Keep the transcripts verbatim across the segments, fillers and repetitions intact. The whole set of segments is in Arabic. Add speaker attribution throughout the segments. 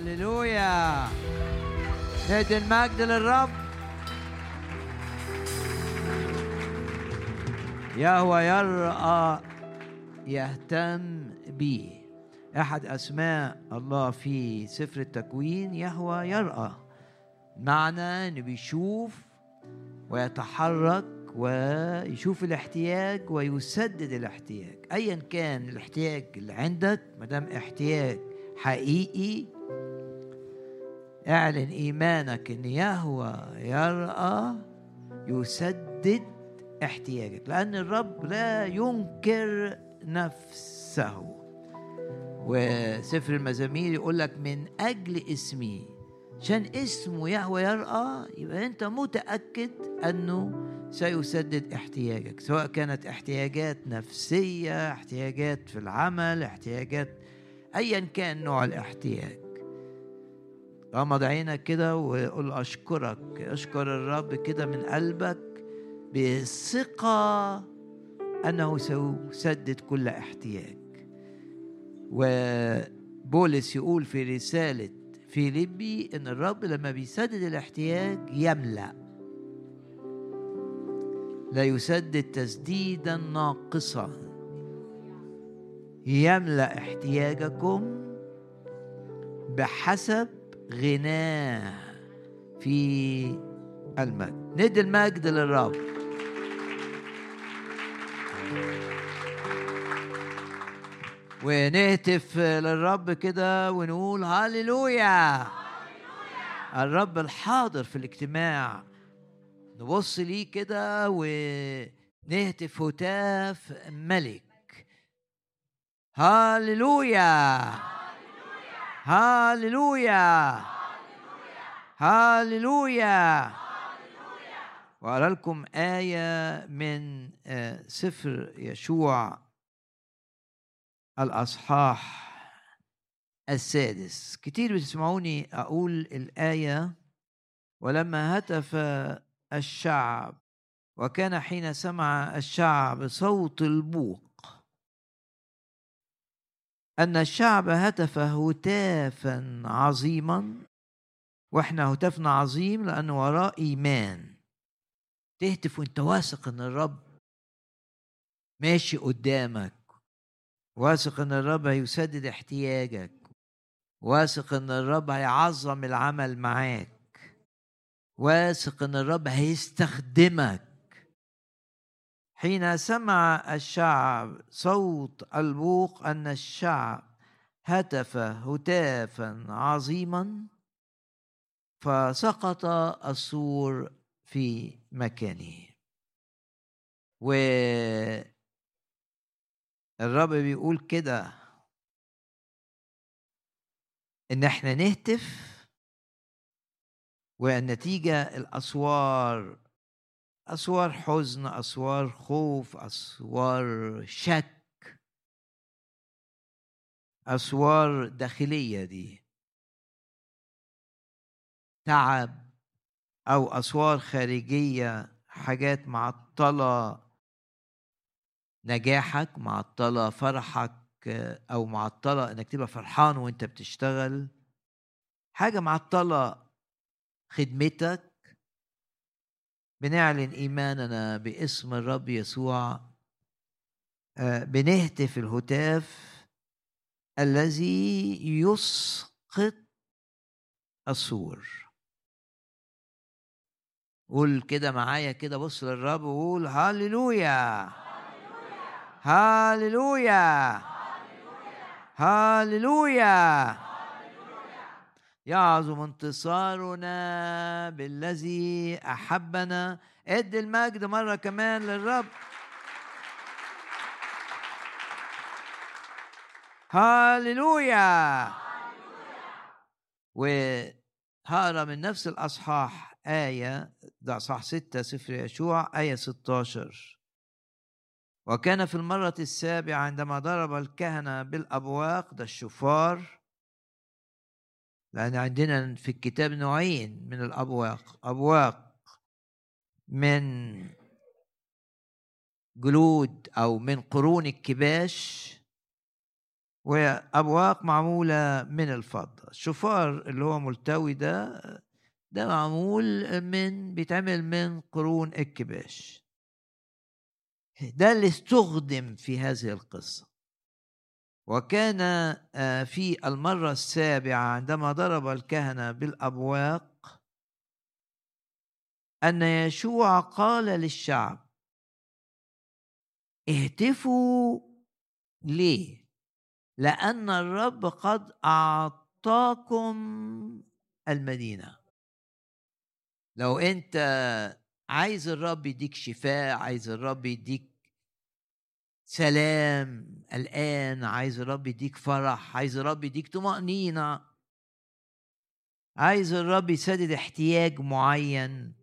Speaker 1: هللويا. ندي المجد للرب. يهوى يرأى يهتم بيه. أحد أسماء الله في سفر التكوين يهوى يرأى، معنى أنه بيشوف ويتحرك ويشوف الاحتياج ويسدد الاحتياج أيا كان الاحتياج اللي عندك. مدام احتياج حقيقي اعلن إيمانك أن يهوى يرأى يسدد احتياجك، لأن الرب لا ينكر نفسه. وسفر المزامير يقول لك من أجل اسمي، عشان اسمه يهوى يرأى يبقى أنت متأكد أنه سيسدد احتياجك، سواء كانت احتياجات نفسية، احتياجات في العمل، احتياجات أيا كان نوع الاحتياج. غمض عينك كده وقول أشكرك، أشكر الرب كده من قلبك بثقة أنه سيسدد كل احتياج. وبولس يقول في رسالة فيليبي إن الرب لما بيسدد الاحتياج يملأ، لا يسدد تسديدا ناقصا، يملأ احتياجكم بحسب غناه في المجد. ندي المجد للرب. ونهتف للرب كده ونقول هاليلويا. الرب الحاضر في الاجتماع، نبص ليه كده ونهتف هتاف ملك. هاليلويا هاليلويا هاليلويا. وأقرأ لكم آية من سفر يشوع الأصحاح السادس. كتير بتسمعوني أقول الآية ولما هتف الشعب، وكان حين سمع الشعب صوت البوق أن الشعب هتف هتافا عظيما. وإحنا هتافنا عظيم لأنه وراء إيمان. تهتف وانت واثق أن الرب ماشي قدامك، واثق أن الرب هيسدد احتياجك، واثق أن الرب هيعظم العمل معاك، واثق أن الرب هيستخدمك. حين سمع الشعب صوت البوق أن الشعب هتف هتافا عظيما، فسقط السور في مكانه. والرب بيقول كده إن احنا نهتف، والنتيجة الأسوار، أسوار حزن، أسوار خوف، أسوار شك، أسوار داخلية دي تعب، أو أسوار خارجية، حاجات معطلة نجاحك، معطلة فرحك، أو معطلة إنك تبقى فرحان وإنت بتشتغل، حاجة معطلة خدمتك. بنعلن إيماننا باسم الرب يسوع، بنهتف الهتاف الذي يسقط السور. قول كده معايا كده، بص للرب وقول هاليلويا هاليلويا هاليلويا. يعظم انتصارنا بالذي أحبنا. ادي المجد مرة كمان للرب. هاليلويا. وهقرا من نفس الأصحاح آية، ده أصحاح ستة سفر يشوع آية ستة عشر. وكان في المرة السابعة عندما ضرب الكهنة بالأبواق، ده الشفار، لأن عندنا في الكتاب نوعين من الأبواق، أبواق من جلود أو من قرون الكباش، وأبواق معمولة من الفضة. الشفار اللي هو ملتوي ده ده معمول من بيتعمل من قرون الكباش. ده اللي استخدم في هذه القصة. وكان في المرة السابعة عندما ضرب الكهنة بالأبواق أن يشوع قال للشعب: اهتفوا. ليه؟ لأن الرب قد أعطاكم المدينة. لو أنت عايز الرب يديك شفاء، عايز الرب يديك سلام الآن، عايز الرب يديك فرح، عايز الرب يديك طمأنينة، عايز الرب يسدد احتياج معين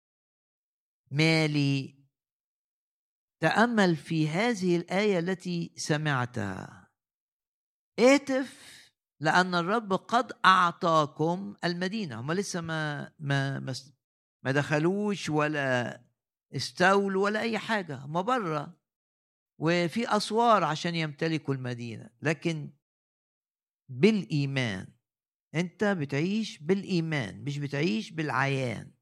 Speaker 1: مالي، تأمل في هذه الآية التي سمعتها: اهتف لأن الرب قد أعطاكم المدينة. هم لسه ما ما ما دخلوش ولا استولوا ولا أي حاجة، هم بره وفي أسوار عشان يمتلكوا المدينة، لكن بالإيمان. أنت بتعيش بالإيمان، مش بتعيش بالعيان.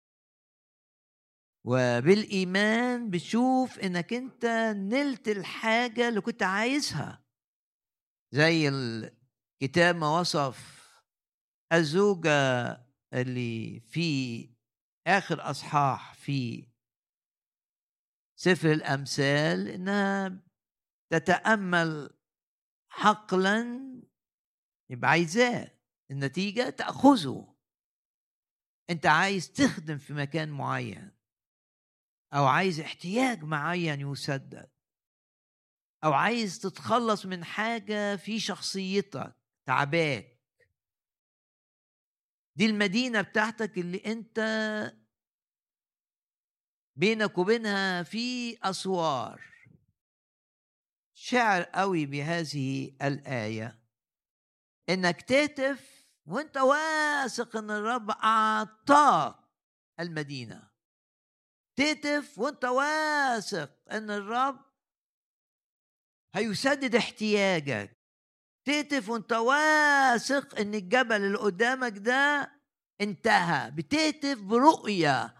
Speaker 1: وبالإيمان بتشوف إنك أنت نلت الحاجة اللي كنت عايزها، زي الكتاب ما وصف الزوجة اللي في آخر أصحاح في سفر الأمثال، إنها تتأمل حقلا يبقى عايزاه، النتيجة تأخذه. أنت عايز تخدم في مكان معين، أو عايز احتياج معين يسدد، أو عايز تتخلص من حاجة في شخصيتك تعباك، دي المدينة بتاعتك اللي أنت بينك وبينها في أسوار. شعر قوي بهذه الآية، إنك تهتف وأنت واثق إن الرب أعطاك المدينة. تهتف وأنت واثق إن الرب هيسدد احتياجك. تهتف وأنت واثق إن الجبل اللي قدامك ده انتهى. بتهتف برؤية،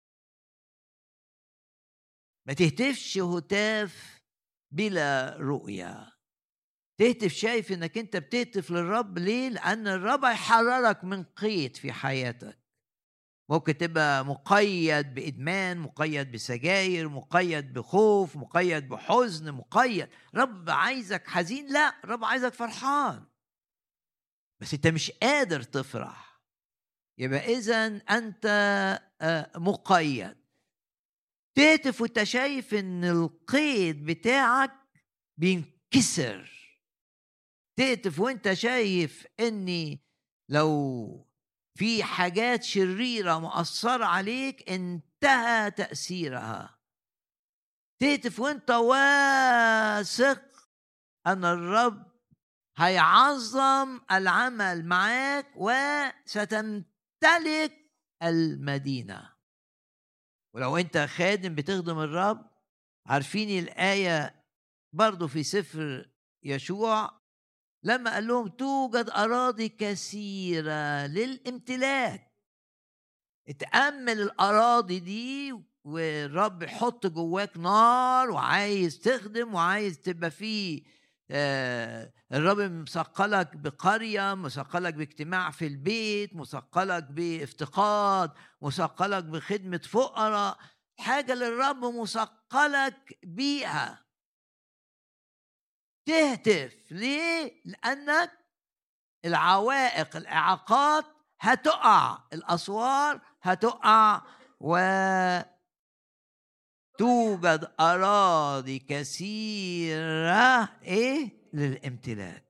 Speaker 1: ما تهتفش هتاف بلا رؤية. تهتف شايف انك انت بتهتف للرب. ليه؟ لان الرب هيحررك من قيد في حياتك. ممكن تبقى مقيد بإدمان، مقيد بسجاير، مقيد بخوف، مقيد بحزن، مقيد. رب عايزك حزين؟ لا، رب عايزك فرحان، بس انت مش قادر تفرح. يبقى إذن أنت مقيد. تهتف وانت شايف ان القيد بتاعك بينكسر. تهتف وانت شايف اني لو في حاجات شريرة مؤثرة عليك انتهى تأثيرها. تهتف وانت واثق ان الرب هيعظم العمل معاك وستمتلك المدينة. ولو انت خادم بتخدم الرب، عارفين الآية برضو في سفر يشوع لما قال لهم توجد أراضي كثيرة للامتلاك. اتأمل الأراضي دي، والرب يحط جواك نار وعايز تخدم وعايز تبقى فيه. آه الرب مسقلك بقرية، مسقلك باجتماع في البيت، مسقلك بافتقاد، مسقلك بخدمة فقراء. حاجة للرب مسقلك بيها. تهتف ليه؟ لأنك العوائق، الإعاقات هتقع، الأسوار هتقع، وتوجد أراضي كثيرة إيه للامتلاك.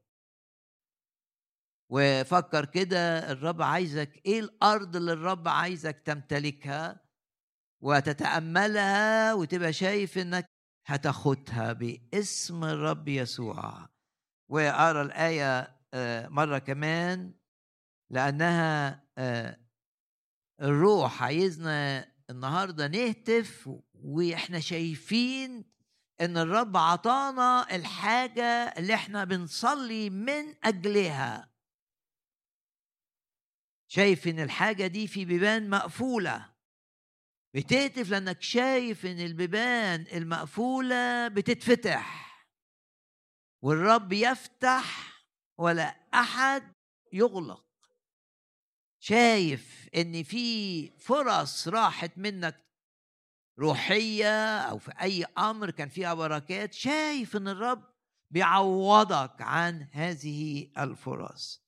Speaker 1: وفكر كده، الرب عايزك إيه الأرض اللي الرب عايزك تمتلكها وتتأملها وتبقى شايف إنك هتاخدها باسم الرب يسوع. وأقرأ الآية مرة كمان، لأنها الروح عايزنا النهاردة نهتف وإحنا شايفين إن الرب عطانا الحاجة اللي احنا بنصلي من أجلها. شايف إن الحاجة دي في بيبان مقفولة، بتهتف لأنك شايف إن البيبان المقفولة بتتفتح، والرب يفتح ولا أحد يغلق. شايف إن في فرص راحت منك روحية أو في أي أمر كان فيها بركات، شايف إن الرب بيعوضك عن هذه الفرص.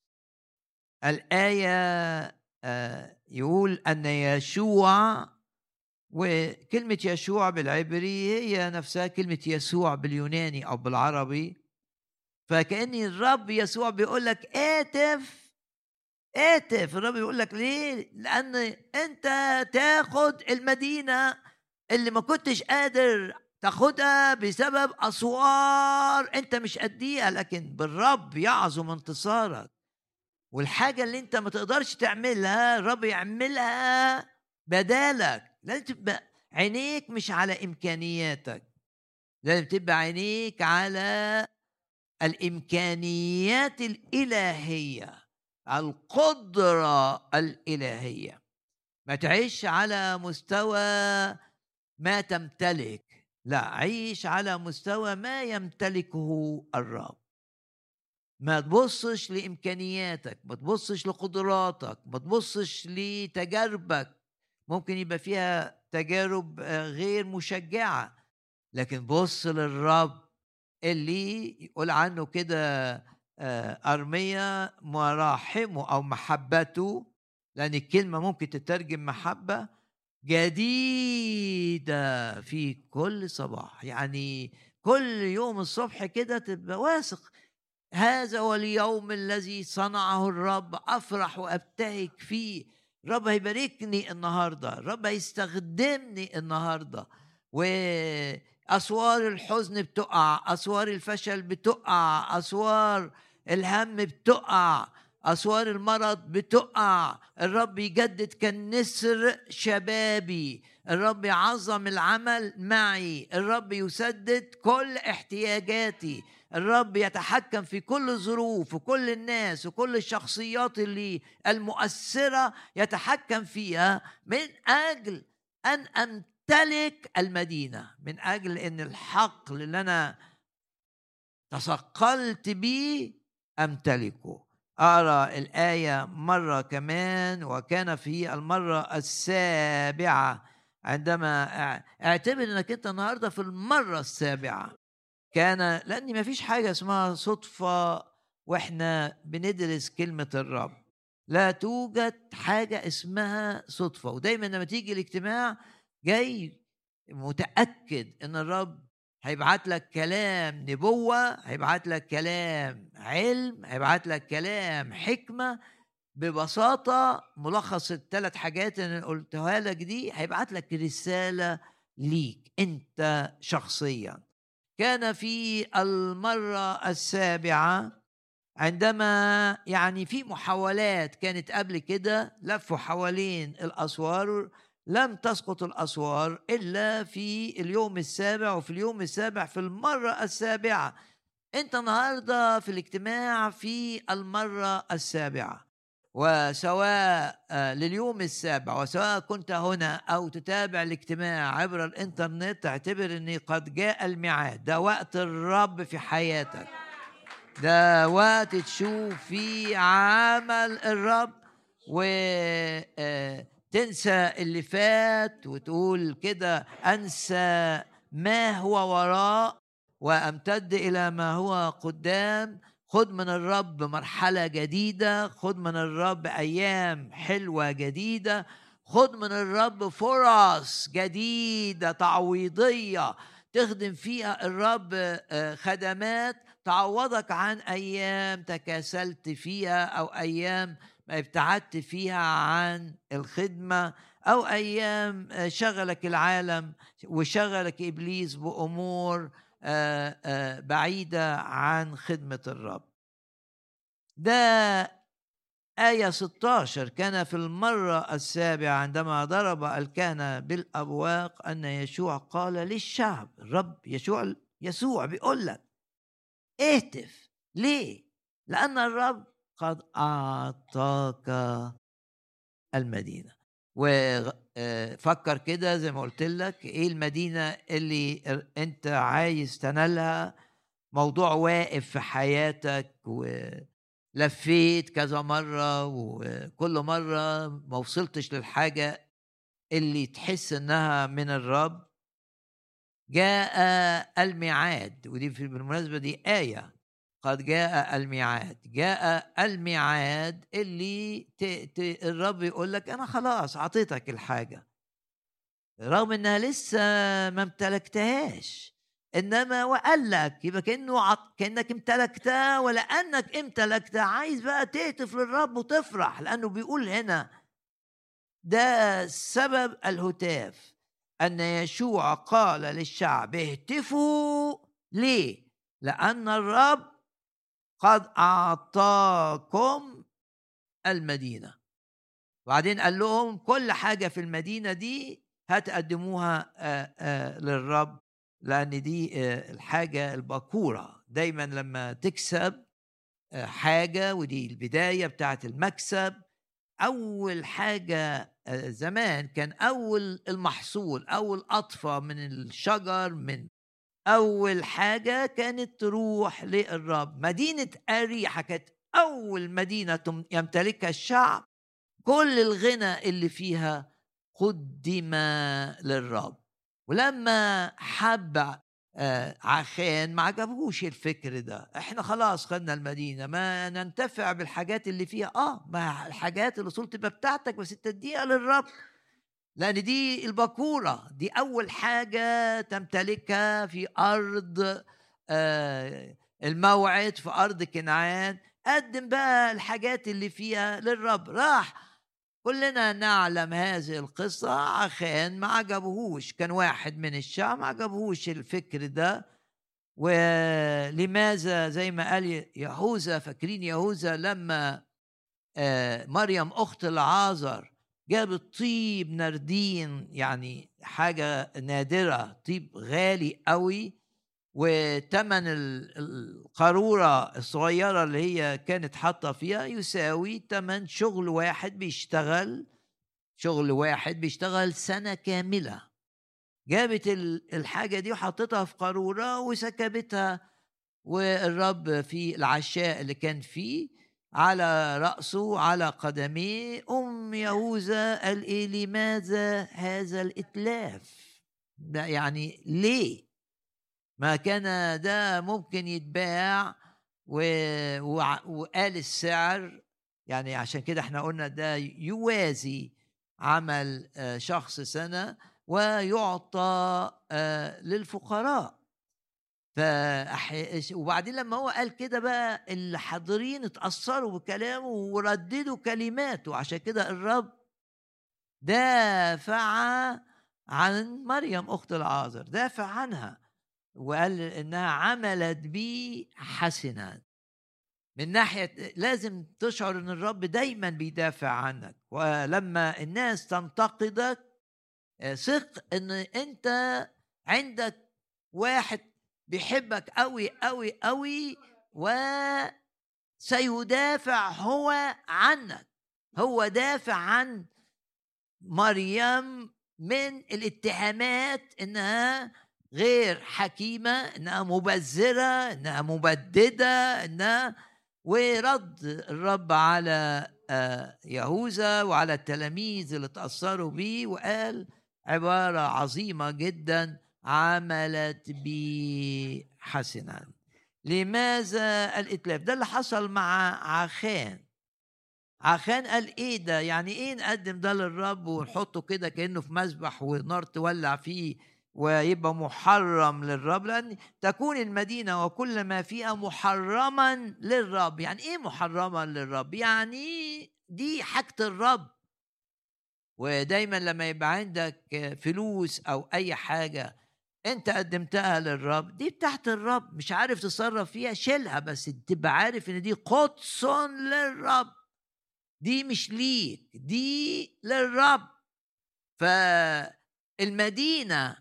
Speaker 1: الآية يقول أن يشوع، وكلمة يشوع بالعبري هي نفسها كلمة يسوع باليوناني أو بالعربي، فكأن الرب يسوع بيقول لك آتف آتف. الرب بيقول لك ليه؟ لأن أنت تاخد المدينة اللي ما كنتش قادر تاخدها بسبب أسوار أنت مش قديها، لكن بالرب يعظم انتصارك. والحاجة اللي أنت ما تقدرش تعملها الرب يعملها بدالك. لازم تبقى عينيك مش على إمكانياتك، لازم تبقى عينيك على الإمكانيات الإلهية، القدرة الإلهية. ما تعيش على مستوى ما تمتلك، لا، عيش على مستوى ما يمتلكه الرب. ما تبصش لإمكانياتك، ما تبصش لقدراتك، ما تبصش لتجاربك، ممكن يبقى فيها تجارب غير مشجعة، لكن بص للرب اللي يقول عنه كده أرميا مراحمه أو محبته، لأن الكلمة ممكن تترجم محبة، جديدة في كل صباح. يعني كل يوم الصبح كده تبقى واثق هذا هو اليوم الذي صنعه الرب، أفرح وأبتهج فيه. الرب هيباركني النهاردة، الرب هيستخدمني النهاردة، وأسوار الحزن بتقع، أسوار الفشل بتقع، أسوار الهم بتقع، أسوار المرض بتقع. الرب يجدد كالنسر شبابي، الرب يعظم العمل معي، الرب يسدد كل احتياجاتي، الرب يتحكم في كل الظروف وكل الناس وكل الشخصيات اللي المؤثرة يتحكم فيها، من أجل أن أمتلك المدينة، من أجل أن الحق اللي أنا تثقلت به أمتلكه. أقرأ الآية مرة كمان. وكان في المرة السابعة، عندما اعتبر أنك أنت النهاردة في المرة السابعة، كان، لأن ما فيش حاجة اسمها صدفة وإحنا بندرس كلمة الرب، لا توجد حاجة اسمها صدفة. ودايما لما تيجي الاجتماع جاي متأكد أن الرب هيبعت لك كلام نبوة، هيبعت لك كلام علم، هيبعت لك كلام حكمة. ببساطة ملخص الثلاث حاجات اللي قلتها لك دي، هيبعت لك رسالة ليك أنت شخصيا. كان في المرة السابعة، عندما يعني في محاولات كانت قبل كده لفوا حوالين الأسوار، لم تسقط الأسوار إلا في اليوم السابع. وفي اليوم السابع في المرة السابعة، أنت النهاردة في الاجتماع في المرة السابعة، وسواء لليوم السابع، وسواء كنت هنا أو تتابع الاجتماع عبر الإنترنت، اعتبر أني قد جاء الميعاد. ده وقت الرب في حياتك، ده وقت تشوف فيه عمل الرب وتنسى اللي فات وتقول كده أنسى ما هو وراء وأمتد إلى ما هو قدام. خد من الرب مرحلة جديدة، خد من الرب أيام حلوة جديدة، خد من الرب فرص جديدة تعويضية تخدم فيها الرب، خدمات تعوضك عن أيام تكاسلت فيها، أو أيام ابتعدت فيها عن الخدمة، أو أيام شغلك العالم وشغلك إبليس بأمور بعيدة عن خدمة الرب. ده آية ستة عشر كان في المرة السابعة عندما ضرب الكهنة بالأبواق أن يشوع قال للشعب، الرب يشوع يسوع بيقول لك اهتف. ليه؟ لأن الرب قد أعطاك المدينة. وفكر كده زي ما قلت لك، ايه المدينة اللي انت عايز تنالها؟ موضوع واقف في حياتك ولفيت كذا مرة وكل مرة ما وصلتش للحاجة اللي تحس انها من الرب. جاء الميعاد، ودي بالمناسبة دي آية، قد جاء الميعاد. جاء الميعاد اللي ت... ت... الرب يقول لك أنا خلاص عطيتك الحاجة، رغم إنها لسه ما امتلكتهاش، إنما وقال لك يبقى كأنه عط... كأنك امتلكتها، ولأنك امتلكتها عايز بقى تهتف للرب وتفرح، لأنه بيقول هنا ده سبب الهتاف، أن يشوع قال للشعب اهتفوا. ليه؟ لأن الرب قد أعطاكم المدينة. وبعدين قال لهم كل حاجة في المدينة دي هتقدموها آآ آآ للرب، لأن دي الحاجة البكورة. دايما لما تكسب حاجة، ودي البداية بتاعت المكسب، أول حاجة زمان كان أول المحصول، أول قطفة من الشجر، من أول حاجة كانت تروح للرب. مدينة أريحة كانت أول مدينة يمتلكها الشعب، كل الغنى اللي فيها قدم للرب. ولما حب عخان ما عجبهوش الفكر ده، احنا خلاص خدنا المدينة، ما ننتفع بالحاجات اللي فيها. اه ما الحاجات اللي صلت تبقى بتاعتك، بس تديها للرب، لأن دي البكورة، دي أول حاجة تمتلكها في أرض الموعد، في أرض كنعان. قدم بقى الحاجات اللي فيها للرب. راح كلنا نعلم هذه القصة، عخان ما عجبهوش، كان واحد من الشعب ما عجبهوش الفكر ده. ولماذا؟ زي ما قال يهوذا، فاكرين يهوذا لما مريم أخت العازر جابت طيب نردين، يعني حاجة نادرة، طيب غالي قوي، وتمن القارورة الصغيرة اللي هي كانت حاطة فيها يساوي تمن شغل واحد بيشتغل شغل واحد بيشتغل سنة كاملة. جابت الحاجة دي وحطتها في قارورة وسكبتها، والرب في العشاء اللي كان فيه على رأسه على قدميه أم يهوذا قال إيه؟ لماذا هذا الإتلاف ده؟ يعني ليه؟ ما كان ده ممكن يتباع و... وقال السعر، يعني عشان كده احنا قلنا ده يوازي عمل شخص سنة ويعطى للفقراء. فأح... وبعدين لما هو قال كده بقى اللي حاضرين اتأثروا بكلامه ورددوا كلماته. عشان كده الرب دافع عن مريم أخت العازر، دافع عنها وقال إنها عملت بي حسنا. من ناحية لازم تشعر إن الرب دايما بيدافع عنك، ولما الناس تنتقدك ثق إن أنت عندك واحد بيحبك قوي قوي قوي وسيدافع هو عنك. هو دافع عن مريم من الاتهامات انها غير حكيمة، انها مبذرة، انها مبددة، انها ورد الرب على يهوذا وعلى التلاميذ اللي تأثروا بيه وقال عبارة عظيمة جدا: عملت بي حسنا. لماذا الإتلاف ده؟ اللي حصل مع عخان. عخان قال ايه ده؟ يعني ايه نقدم ده للرب ونحطه كده كأنه في مذبح ونار تولع فيه ويبقى محرم للرب؟ لأن تكون المدينة وكل ما فيها محرما للرب. يعني ايه محرما للرب؟ يعني دي حاجة الرب. ودايما لما يبقى عندك فلوس او اي حاجة انت قدمتها للرب، دي بتاعت الرب، مش عارف تتصرف فيها، شيلها، بس تبقى عارف ان دي قدس للرب. دي مش ليك، دي للرب. فالمدينة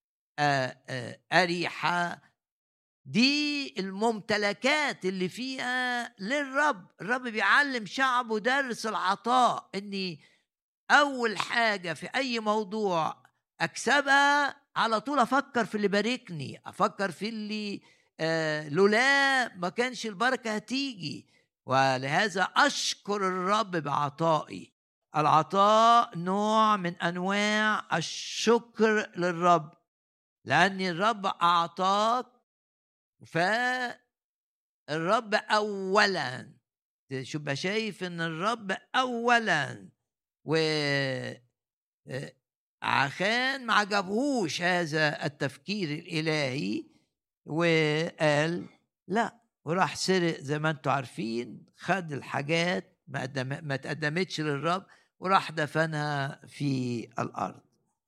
Speaker 1: أريحة دي الممتلكات اللي فيها للرب. الرب بيعلم شعبه درس العطاء، اني اول حاجة في اي موضوع اكسبها على طول افكر في اللي باركني، افكر في اللي آه لولا ما كانش البركة هتيجي. ولهذا اشكر الرب بعطائي. العطاء نوع من انواع الشكر للرب، لان الرب اعطاك. فالرب اولا تبقى شايف ان الرب اولا، و عشان ما عجبهوش هذا التفكير الالهي وقال لا، وراح سرق زي ما انتم عارفين، خد الحاجات ما تقدمتش للرب وراح دفنها في الارض.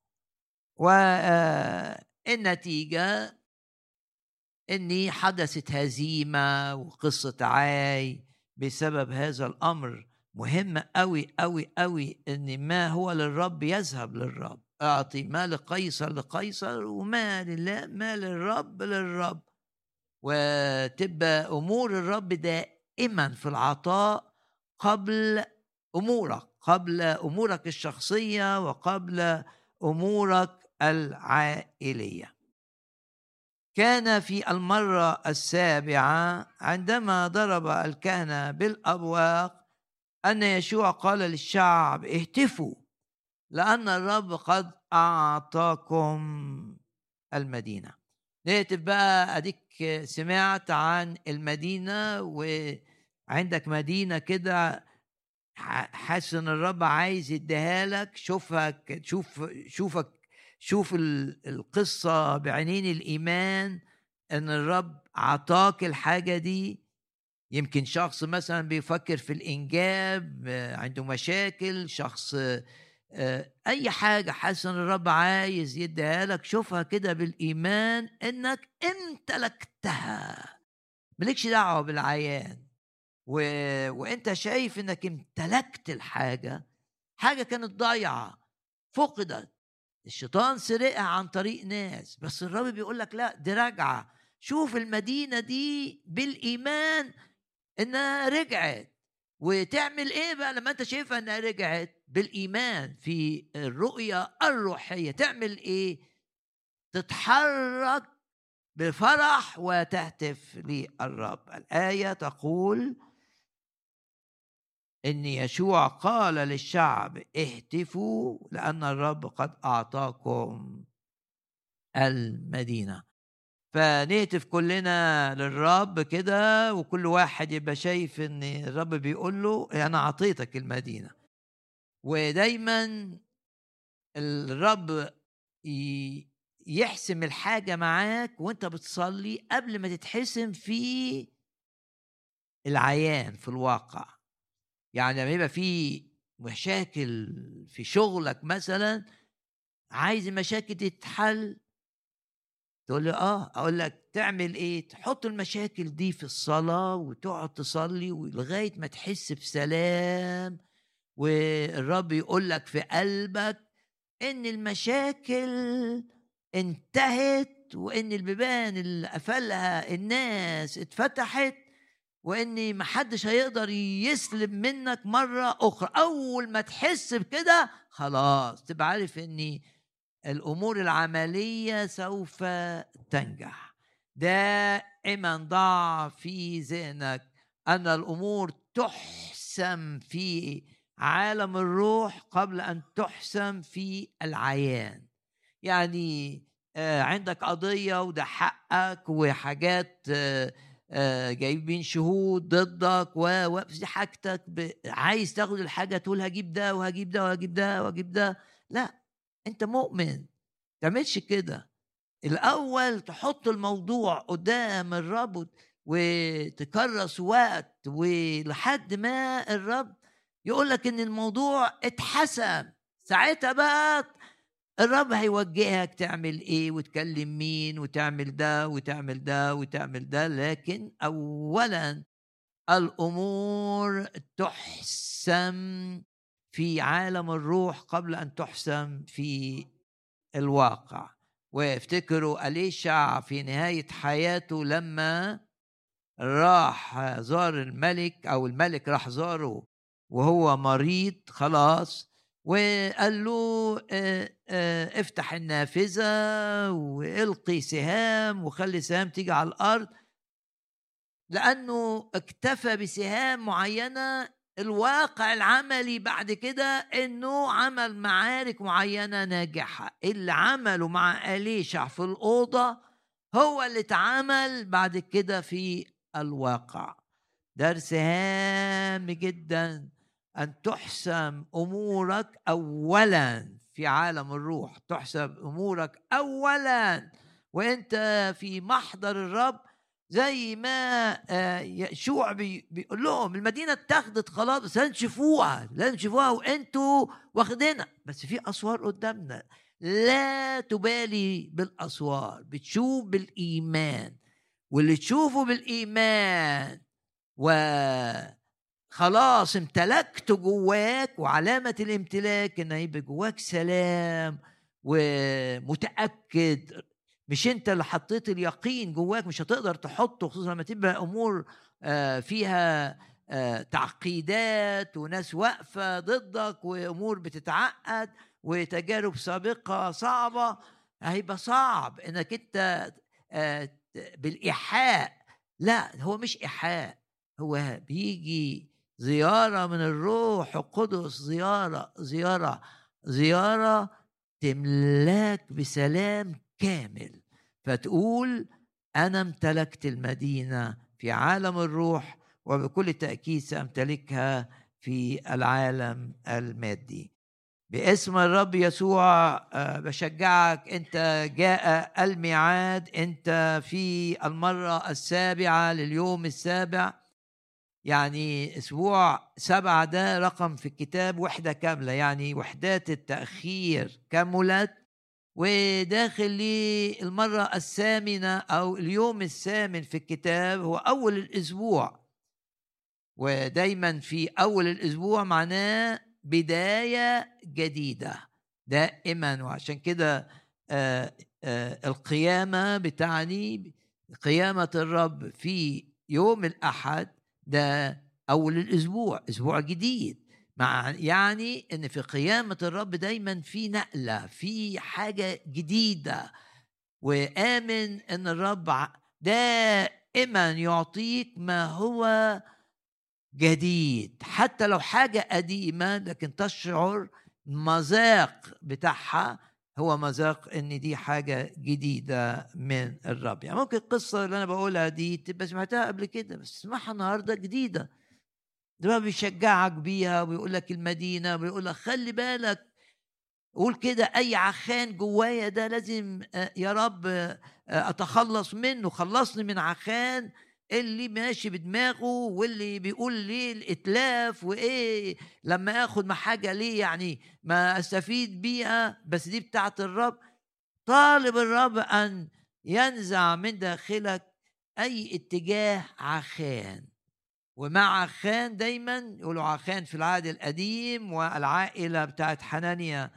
Speaker 1: والنتيجه اني حدثت هزيمه وقصه عاي بسبب هذا الامر. مهم قوي قوي قوي ان ما هو للرب يذهب للرب. اعطي ما لقيصر لقيصر، وما لله ما للرب للرب. وتبقى امور الرب دائما في العطاء قبل امورك، قبل امورك الشخصيه وقبل امورك العائليه. كان في المرة السابعة عندما ضرب الكهنة بالأبواق أن يشوع قال للشعب اهتفوا لأن الرب قد أعطاكم المدينة. نهتف بقى، أديك سمعت عن المدينة وعندك مدينة كده حاسس ان الرب عايز يديها لك. شوفك شوف شوفك شوف القصة بعينين الإيمان ان الرب عطاك الحاجة دي. يمكن شخص مثلا بيفكر في الإنجاب، عنده مشاكل، شخص أي حاجة حاسس ان الرب عايز يديها لك. شوفها كده بالإيمان انك امتلكتها، مالكش دعوة بالعيان. و... وانت شايف انك امتلكت الحاجة، حاجة كانت ضايعة فقدت، الشيطان سرقها عن طريق ناس، بس الرب بيقول لك لا، دي راجعة. شوف المدينة دي بالإيمان انها رجعت. وتعمل ايه بقى لما انت شايفها انها رجعت بالإيمان في الرؤية الروحية؟ تعمل ايه؟ تتحرك بفرح وتهتف للرب. الآية تقول إن يشوع قال للشعب اهتفوا لأن الرب قد أعطاكم المدينة. فنهتف كلنا للرب كده، وكل واحد يبقى شايف إن الرب بيقول له أنا أعطيتك المدينة. ودايما الرب يحسم الحاجة معاك وانت بتصلي قبل ما تتحسم في العيان في الواقع. يعني لما يبقى في مشاكل في شغلك مثلا، عايز المشاكل تتحل، تقول لي اه اقول لك تعمل ايه؟ تحط المشاكل دي في الصلاة وتقعد تصلي لغاية ما تحس بسلام، والرب يقول لك في قلبك ان المشاكل انتهت، وان البيبان اللي قفلها الناس اتفتحت، وان محدش هيقدر يسلب منك مرة اخرى. اول ما تحس بكده خلاص تبقى عارف ان الامور العملية سوف تنجح. دائما ضع في ذهنك ان الامور تحسم في عالم الروح قبل ان تحسم في العيان. يعني عندك قضية وده حقك، وحاجات جايبين شهود ضدك وفي حاجتك، عايز تاخد الحاجة تقول هجيب ده وهجيب ده وهجيب ده وهجيب ده. لا، انت مؤمن تعملش كده. الأول تحط الموضوع قدام الرب وتكرس وقت ولحد ما الرب يقولك ان الموضوع اتحسم. ساعتها بقى الرب هيوجهك تعمل ايه وتكلم مين وتعمل ده وتعمل ده وتعمل ده. لكن اولا الأمور تحسم في عالم الروح قبل أن تحسم في الواقع. وافتكروا أليشع في نهاية حياته لما راح زار الملك، أو الملك راح زاره وهو مريض خلاص، وقال له اه اه افتح النافذة والقي سهام وخلي سهام تيجي على الأرض، لأنه اكتفى بسهام معينة. الواقع العملي بعد كده انه عمل معارك معينة ناجحة. اللي عمله مع أليشع في الأوضة هو اللي اتعمل بعد كده في الواقع. درس هام جدا أن تحسم أمورك أولا في عالم الروح، تحسب أمورك أولا وإنت في محضر الرب. زي ما يشوع بيقول لهم المدينة اتخذت خلاص، بس لازم تشوفوها، لازم تشوفوها وانتوا واخدينها، بس في أسوار قدامنا. لا تبالي بالأسوار، بتشوف بالإيمان، واللي تشوفه بالإيمان وخلاص امتلكته جواك. وعلامة الامتلاك ان يبقى جواك سلام ومتأكد. مش انت اللي حطيت اليقين جواك، مش هتقدر تحطه، خصوصا لما تبقى امور فيها تعقيدات وناس واقفة ضدك وامور بتتعقد وتجارب سابقة صعبة. هيبقى صعب انك انت بالإيحاء. لا، هو مش إيحاء، هو بيجي زيارة من الروح القدس، زيارة زيارة زيارة تملاك بسلام كامل، فتقول أنا امتلكت المدينة في عالم الروح، وبكل تأكيد سأمتلكها في العالم المادي باسم الرب يسوع. بشجعك، أنت جاء الميعاد، أنت في المرة السابعة لليوم السابع. يعني أسبوع سبعة ده رقم في الكتاب وحدة كاملة، يعني وحدات التأخير كملت، وداخل لي المرة الثامنة أو اليوم الثامن في الكتاب هو أول الأسبوع. ودايما في أول الأسبوع معناه بداية جديدة دائما. وعشان كده آآ آآ القيامة بتعني قيامة الرب في يوم الأحد، ده أول الأسبوع، أسبوع جديد. مع يعني إن في قيامة الرب دايما في نقلة، في حاجة جديدة. وآمن إن الرب دائما يعطيك ما هو جديد، حتى لو حاجة قديمة لكن تشعر مذاق بتاعها هو مذاق ان دي حاجة جديدة من الرب. يعني ممكن القصة اللي انا بقولها دي تبقى سمعتها قبل كده، بس اسمعها النهاردة جديدة. ده بيشجعك بيها وبيقول لك المدينة، وبيقول لك خلي بالك، قول كده اي عخان جوايا ده لازم يا رب اتخلص منه. خلصني من عخان اللي ماشي بدماغه واللي بيقول ليه الاتلاف وايه لما اخد مع حاجه ليه يعني ما استفيد بيها، بس دي بتاعت الرب. طالب الرب ان ينزع من داخلك اي اتجاه عخان. ومع عخان دايما يقولوا عخان في العهد القديم، والعائله بتاعت حنانيا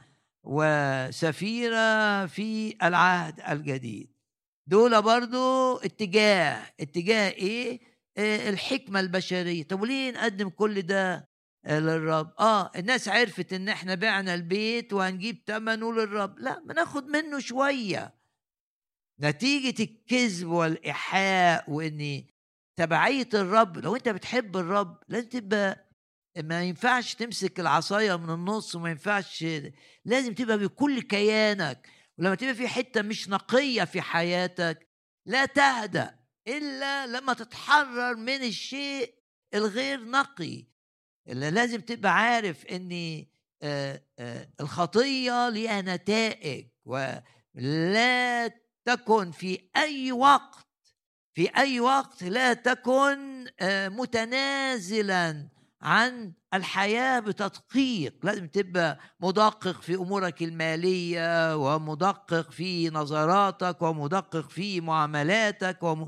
Speaker 1: وسفيرة في العهد الجديد، دول برضو اتجاه اتجاه ايه, إيه الحكمة البشرية. طب وليه نقدم كل ده للرب؟ اه الناس عرفت ان احنا بعنا البيت وهنجيب ثمنه للرب، لا ما ناخد منه شوية. نتيجة الكذب والإيحاء وإن تبعية الرب، لو انت بتحب الرب لازم تبقى، ما ينفعش تمسك العصاية من النص، وما ينفعش، لازم تبقى بكل كيانك. ولما تبقى في حتة مش نقية في حياتك لا تهدأ إلا لما تتحرر من الشيء الغير نقي. اللي لازم تبقى عارف ان الخطية ليها نتائج، ولا تكن في أي وقت في أي وقت لا تكن متنازلا عن الحياة بتدقيق. لازم تبقى مدقق في أمورك المالية، ومدقق في نظراتك، ومدقق في معاملاتك،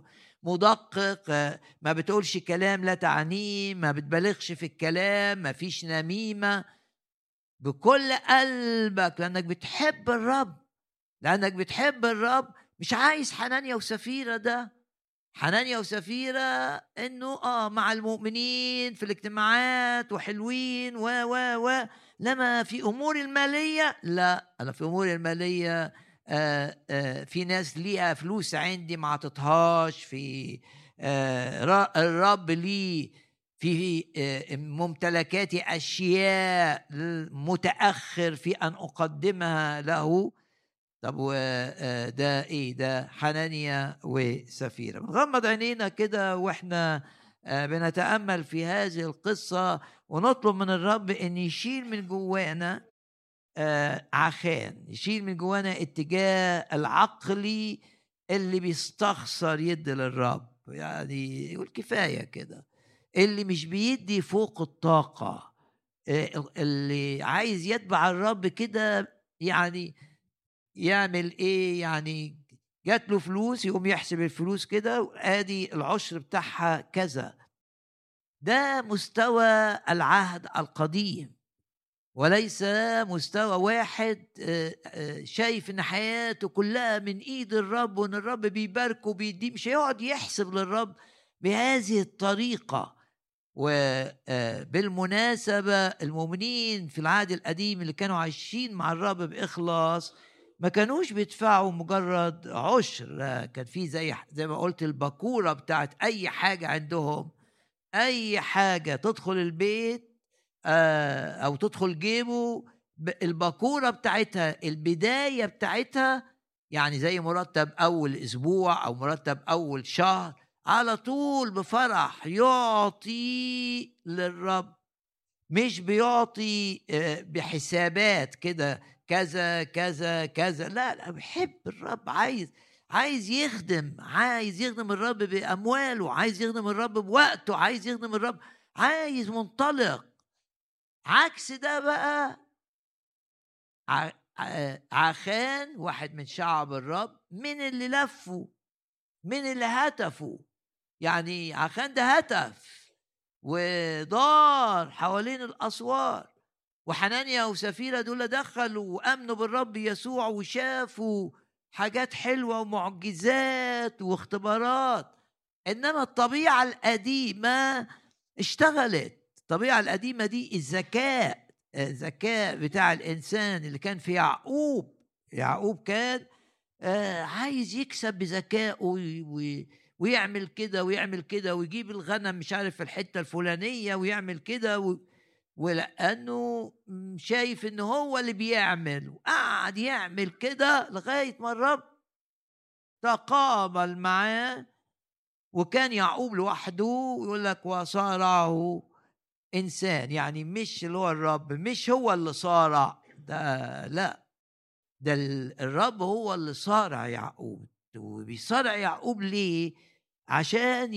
Speaker 1: مدقق، ما بتقولش كلام لا تعنيه، ما بتبالغش في الكلام، ما فيش نميمة، بكل قلبك لأنك بتحب الرب. لأنك بتحب الرب مش عايز حنانيا وسفيرة. ده حنانيا وسفيرة إنه آه مع المؤمنين في الاجتماعات وحلوين و و و لما في أمور المالية لا، أنا في أمور المالية آه آه في ناس ليها فلوس عندي ما عطتهاش، في آه الرب لي في آه ممتلكاتي أشياء متأخر في أن أقدمها له. طب وده ايه؟ ده حنانيا وسفيرة. بنغمض عينينا كده واحنا بنتأمل في هذه القصة ونطلب من الرب ان يشيل من جوانا عخان، يشيل من جوانا اتجاه العقلي اللي بيستخسر يدي للرب، يعني يقول كفاية كده، اللي مش بيدي فوق الطاقة، اللي عايز يتبع الرب كده يعني يعمل ايه؟ يعني جات له فلوس يقوم يحسب الفلوس كده، ادي العشر بتاعها كذا. ده مستوى العهد القديم، وليس مستوى واحد شايف ان حياته كلها من ايد الرب وان الرب بيباركه وبيديه. مش هيقعد يحسب للرب بهذه الطريقة. وبالمناسبة المؤمنين في العهد القديم اللي كانوا عايشين مع الرب بإخلاص ما كانوش بيدفعوا مجرد عشر، كان في زي زي ما قلت الباكورة بتاعت أي حاجة عندهم. أي حاجة تدخل البيت أو تدخل جيبه، الباكورة بتاعتها البداية بتاعتها يعني زي مرتب أول أسبوع أو مرتب أول شهر، على طول بفرح يعطي للرب. مش بيعطي بحسابات كده كذا كذا كذا، لا لا، بيحب الرب، عايز عايز يخدم، عايز يخدم الرب بأمواله، عايز يخدم الرب بوقته، عايز يخدم الرب، عايز منطلق. عكس ده بقى عخان، واحد من شعب الرب، من اللي لفوا، من اللي هتفوا. يعني عخان ده هتف ودار حوالين الأسوار، وحنانيا وسفيرة دول دخلوا وأمنوا بالرب يسوع وشافوا حاجات حلوة ومعجزات واختبارات. إنما الطبيعة القديمة اشتغلت. الطبيعة القديمة دي الذكاء، الذكاء بتاع الإنسان اللي كان في يعقوب. يعقوب كان آه عايز يكسب بذكائه ويعمل كده ويعمل كده ويجيب الغنم مش عارف في الحتة الفلانية ويعمل كده و... ولأنه شايف إنه هو اللي بيعمل، وقعد يعمل كده لغاية ما الرب تقابل معاه. وكان يعقوب لوحده، يقول لك وصارعه إنسان، يعني مش اللي هو الرب، مش هو اللي صارع ده، لا، ده الرب هو اللي صارع يعقوب. وبيصارع يعقوب ليه؟ عشان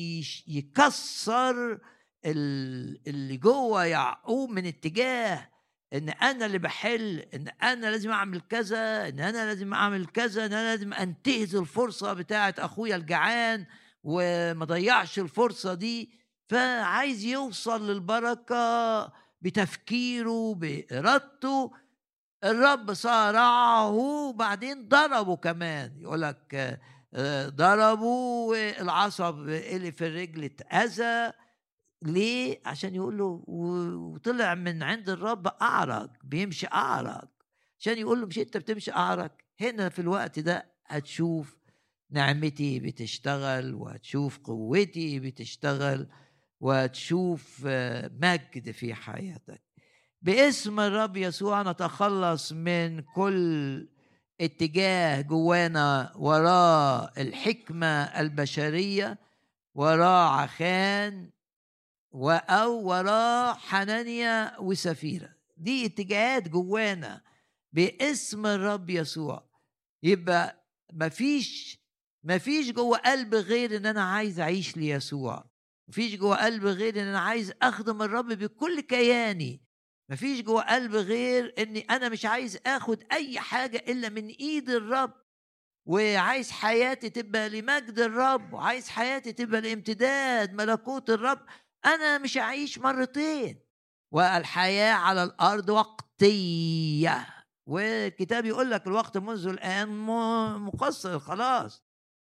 Speaker 1: يكسر اللي جوه يعقوب من اتجاه ان انا اللي بحل، ان انا لازم اعمل كذا، ان انا لازم اعمل كذا، ان انا لازم انتهز الفرصة بتاعت اخويا الجعان وما ضيعش الفرصة دي. فعايز يوصل للبركة بتفكيره بإرادته. الرب صارعه، بعدين ضربه كمان. يقولك ضربه العصب اللي في الرجل اتأذى. ليه؟ عشان يقول له وطلع من عند الرب أعرج، بيمشي أعرج، عشان يقول له مش انت بتمشي أعرج؟ هنا في الوقت ده هتشوف نعمتي بتشتغل، وهتشوف قوتي بتشتغل، وهتشوف مجد في حياتك. باسم الرب يسوع نتخلص من كل اتجاه جوانا وراء الحكمة البشرية، وراء عخان أو وراء حنانيا وسفيرة. دي اتجاهات جوانا باسم الرب يسوع. يبقى مفيش مفيش جوه قلب غير ان انا عايز اعيش ليسوع. مفيش جوه قلب غير ان انا عايز اخدم الرب بكل كياني. مفيش جوه قلب غير اني انا مش عايز اخد اي حاجة الا من ايد الرب. وعايز حياتي تبقى لمجد الرب، وعايز حياتي تبقى لامتداد ملكوت الرب، أنا مش هعيش مرتين. والحياة على الأرض وقتية، والكتاب يقول لك الوقت منذ الآن مقصر خلاص.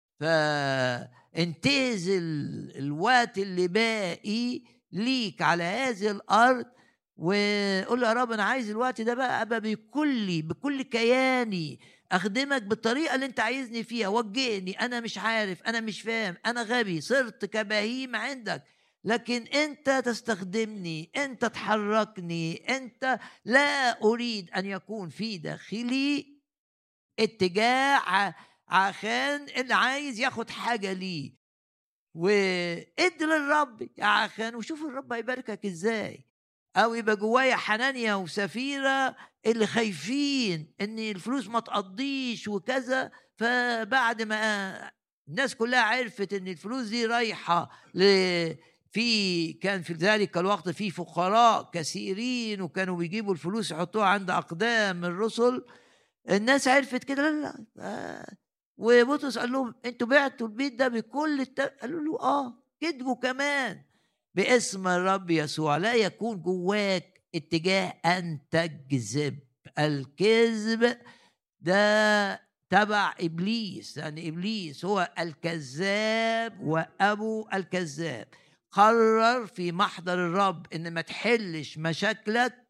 Speaker 1: فانتهز الوقت اللي باقي ليك على هذه الأرض، وقول له يا رب أنا عايز الوقت ده بقى أبقى بكلي بكل كياني أخدمك بالطريقة اللي أنت عايزني فيها. وجهني، أنا مش عارف، أنا مش فاهم، أنا غبي، صرت كبهيم عندك، لكن أنت تستخدمني، أنت تحركني. أنت لا أريد أن يكون في داخلي اتجاه عشان اللي عايز ياخد حاجة ليه. وادي للرب يا عشان، وشوف الرب هيباركك ازاي. او يبقى جوايا حنانيا وسفيرة اللي خايفين ان الفلوس ما تقضيش وكذا، فبعد ما الناس كلها عرفت ان الفلوس دي رايحة ل في كان في ذلك الوقت في فقراء كثيرين، وكانوا بيجيبوا الفلوس يحطوها عند أقدام الرسل. الناس عرفت كده، لا لا آه. وبطرس قال لهم انتوا بعتوا البيت ده بكل الت... قالوا له اه. كذبوا كمان. باسم الرب يسوع لا يكون جواك اتجاه ان تكذب. الكذب ده تبع ابليس، لان يعني ابليس هو الكذاب وابو الكذاب. قرر في محضر الرب ان ما تحلش مشاكلك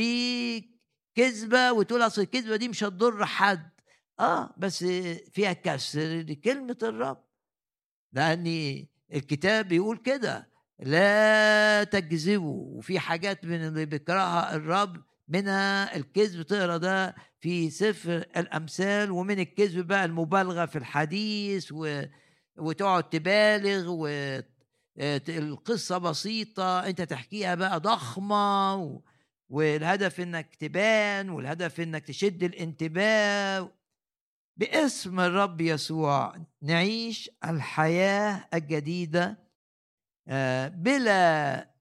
Speaker 1: بكذبه وتقول اصل الكذبه دي مش هتضر حد، اه بس فيها كسر لكلمه الرب، لان الكتاب بيقول كده لا تكذبوا. وفي حاجات من اللي بيكرهها الرب، منها الكذب. تقرا ده في سفر الامثال. ومن الكذب بقى المبالغه في الحديث و... وتقعد تبالغ، والقصه بسيطه انت تحكيها بقى ضخمه، و... والهدف انك تبان، والهدف انك تشد الانتباه. باسم الرب يسوع نعيش الحياه الجديده بلا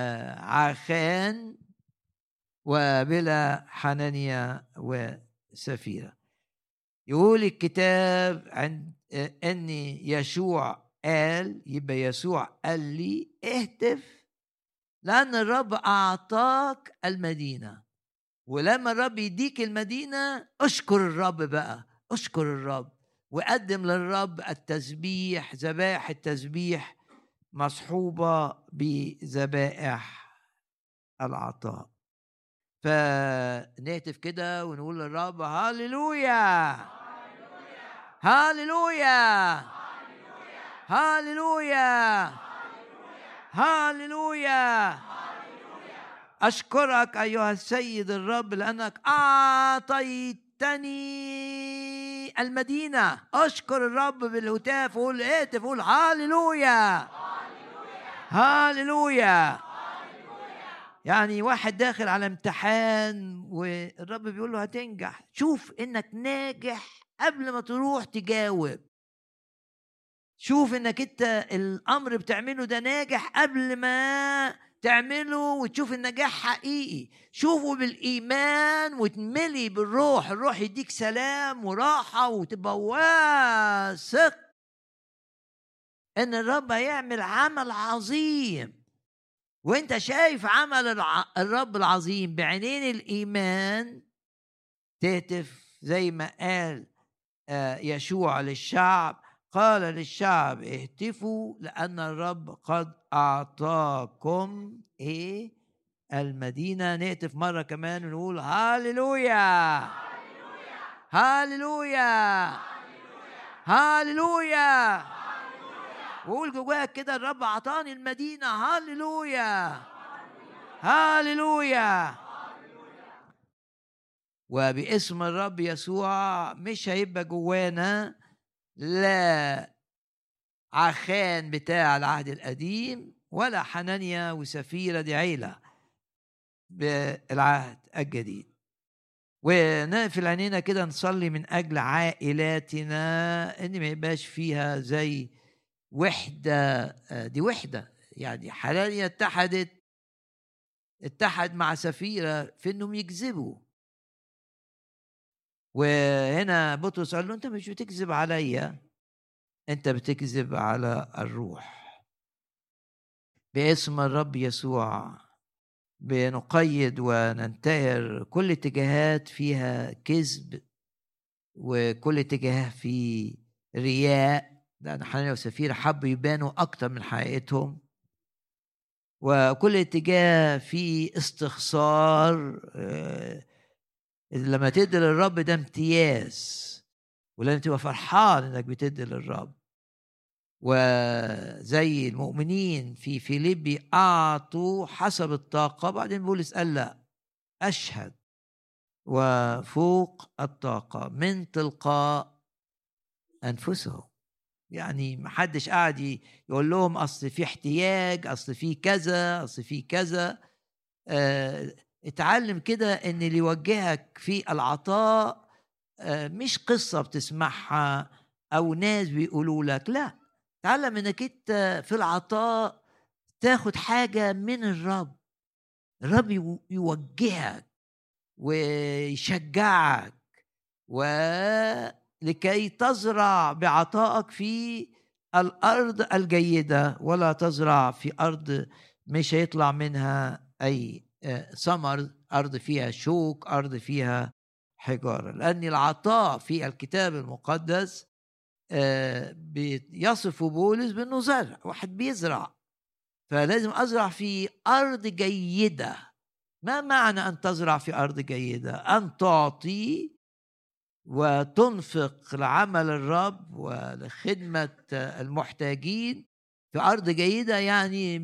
Speaker 1: عخان وبلا حنانيا وسفيرة. يقول الكتاب عن أن يشوع قال، يبقى يسوع قال لي اهتف لأن الرب أعطاك المدينة. ولما الرب يديك المدينة اشكر الرب بقى، اشكر الرب وقدم للرب التسبيح، ذبائح التسبيح مصحوبة بذبائح العطاء. فنهتف كده ونقول للرب هاليلويا هاليلويا هاليلويا هاليلويا. أشكرك أيها السيد الرب لأنك أعطيتني المدينة. أشكر الرب بالهتاف، قول اهتف قول هاليلويا هاليلويا. يعني واحد داخل على امتحان والرب بيقول له هتنجح، شوف انك ناجح قبل ما تروح تجاوب. شوف انك انت الامر بتعمله ده ناجح قبل ما تعمله، وتشوف النجاح حقيقي. شوفه بالايمان وتملي بالروح، الروح يديك سلام وراحة، وتبقى واثق ان الرب هيعمل عمل عظيم. وانت شايف عمل الرب العظيم بعينين الإيمان، تهتف زي ما قال يشوع للشعب. قال للشعب اهتفوا لأن الرب قد أعطاكم إيه المدينة. نهتف مرة كمان ونقول هاليلويا هاليلويا هاليلويا. وقول جواك كده الرب أعطاني المدينة. هاليلويا هاليلويا. وباسم الرب يسوع مش هيبقى جوانا لا عخان بتاع العهد القديم ولا حنانيا وسفيرة، دي عيلة بالعهد الجديد. ونقفل عينينا كده نصلي من أجل عائلاتنا إن ما يبقاش فيها زي وحدة. دي وحدة يعني. حنانيا اتحدت اتحد مع سفيرة في انهم يكذبوا، وهنا بطرس قال له انت مش بتكذب عليا، انت بتكذب على الروح. باسم الرب يسوع بنقيد وننتهر كل اتجاهات فيها كذب، وكل اتجاه فيه رياء، لأن حنانيا وسفيرة حبوا يبانوا أكتر من حقيقتهم، وكل اتجاه فيه استخسار. لما تدي للرب ده امتياز، ولازم تبقى فرحان انك بتدي للرب. وزي المؤمنين في فيليبي أعطوا حسب الطاقة، بعدين بولس قال لا، أشهد وفوق الطاقة من تلقاء أنفسهم. يعني محدش قاعد يقول لهم أصل في احتياج، أصل في كذا، أصل في كذا. اه اتعلم كده ان اللي يوجهك في العطاء اه مش قصة بتسمعها أو ناس بيقولوا لك، لا، تعلم انك انت في العطاء تاخد حاجة من الرب. الرب يوجهك ويشجعك، ولكي تزرع بعطائك في الأرض الجيدة، ولا تزرع في أرض مش هيطلع منها أي ثمر، أرض فيها شوك، أرض فيها حجارة. لأن العطاء في الكتاب المقدس بيصف بولس بأنه زرع، واحد بيزرع، فلازم أزرع في أرض جيدة. ما معنى أن تزرع في أرض جيدة؟ أن تعطي وتنفق لعمل الرب ولخدمة المحتاجين في أرض جيدة، يعني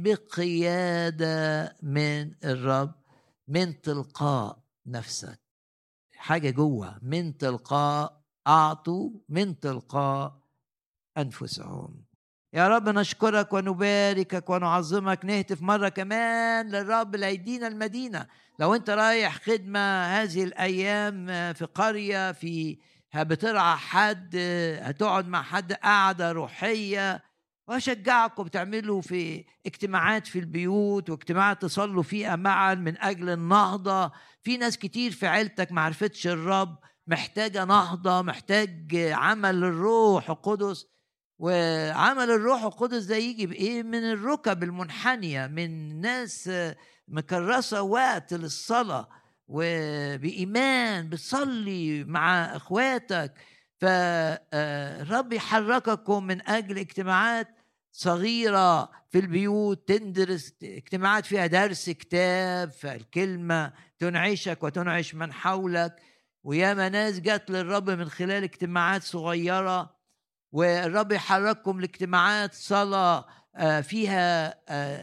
Speaker 1: بقيادة من الرب، من تلقاء نفسك، حاجة جوه، من تلقاء أعطوا من تلقاء أنفسهم. يا رب نشكرك ونباركك ونعظمك. نهتف مرة كمان للرب ليدينا المدينة. لو انت رايح خدمة هذه الأيام في قرية، في بترعى حد، هتقعد مع حد قاعدة روحية، وأشجعكم بتعملوا في اجتماعات في البيوت، واجتماعات تصلوا فيها معا من أجل النهضة. في ناس كتير في عيلتك ما عرفتش الرب، محتاجة نهضة، محتاج عمل الروح القدس. وعمل الروح القدس ده يجي بإيه؟ من الركب المنحنية، من ناس مكرسة وقت للصلاة وبإيمان بتصلي مع إخواتك. فالرب يحرككم من أجل اجتماعات صغيرة في البيوت، تندرس اجتماعات فيها درس كتاب، فالكلمة تنعشك وتنعش من حولك. وياما ناس جات للرب من خلال اجتماعات صغيرة، والرب يحرككم لاجتماعات صلاة فيها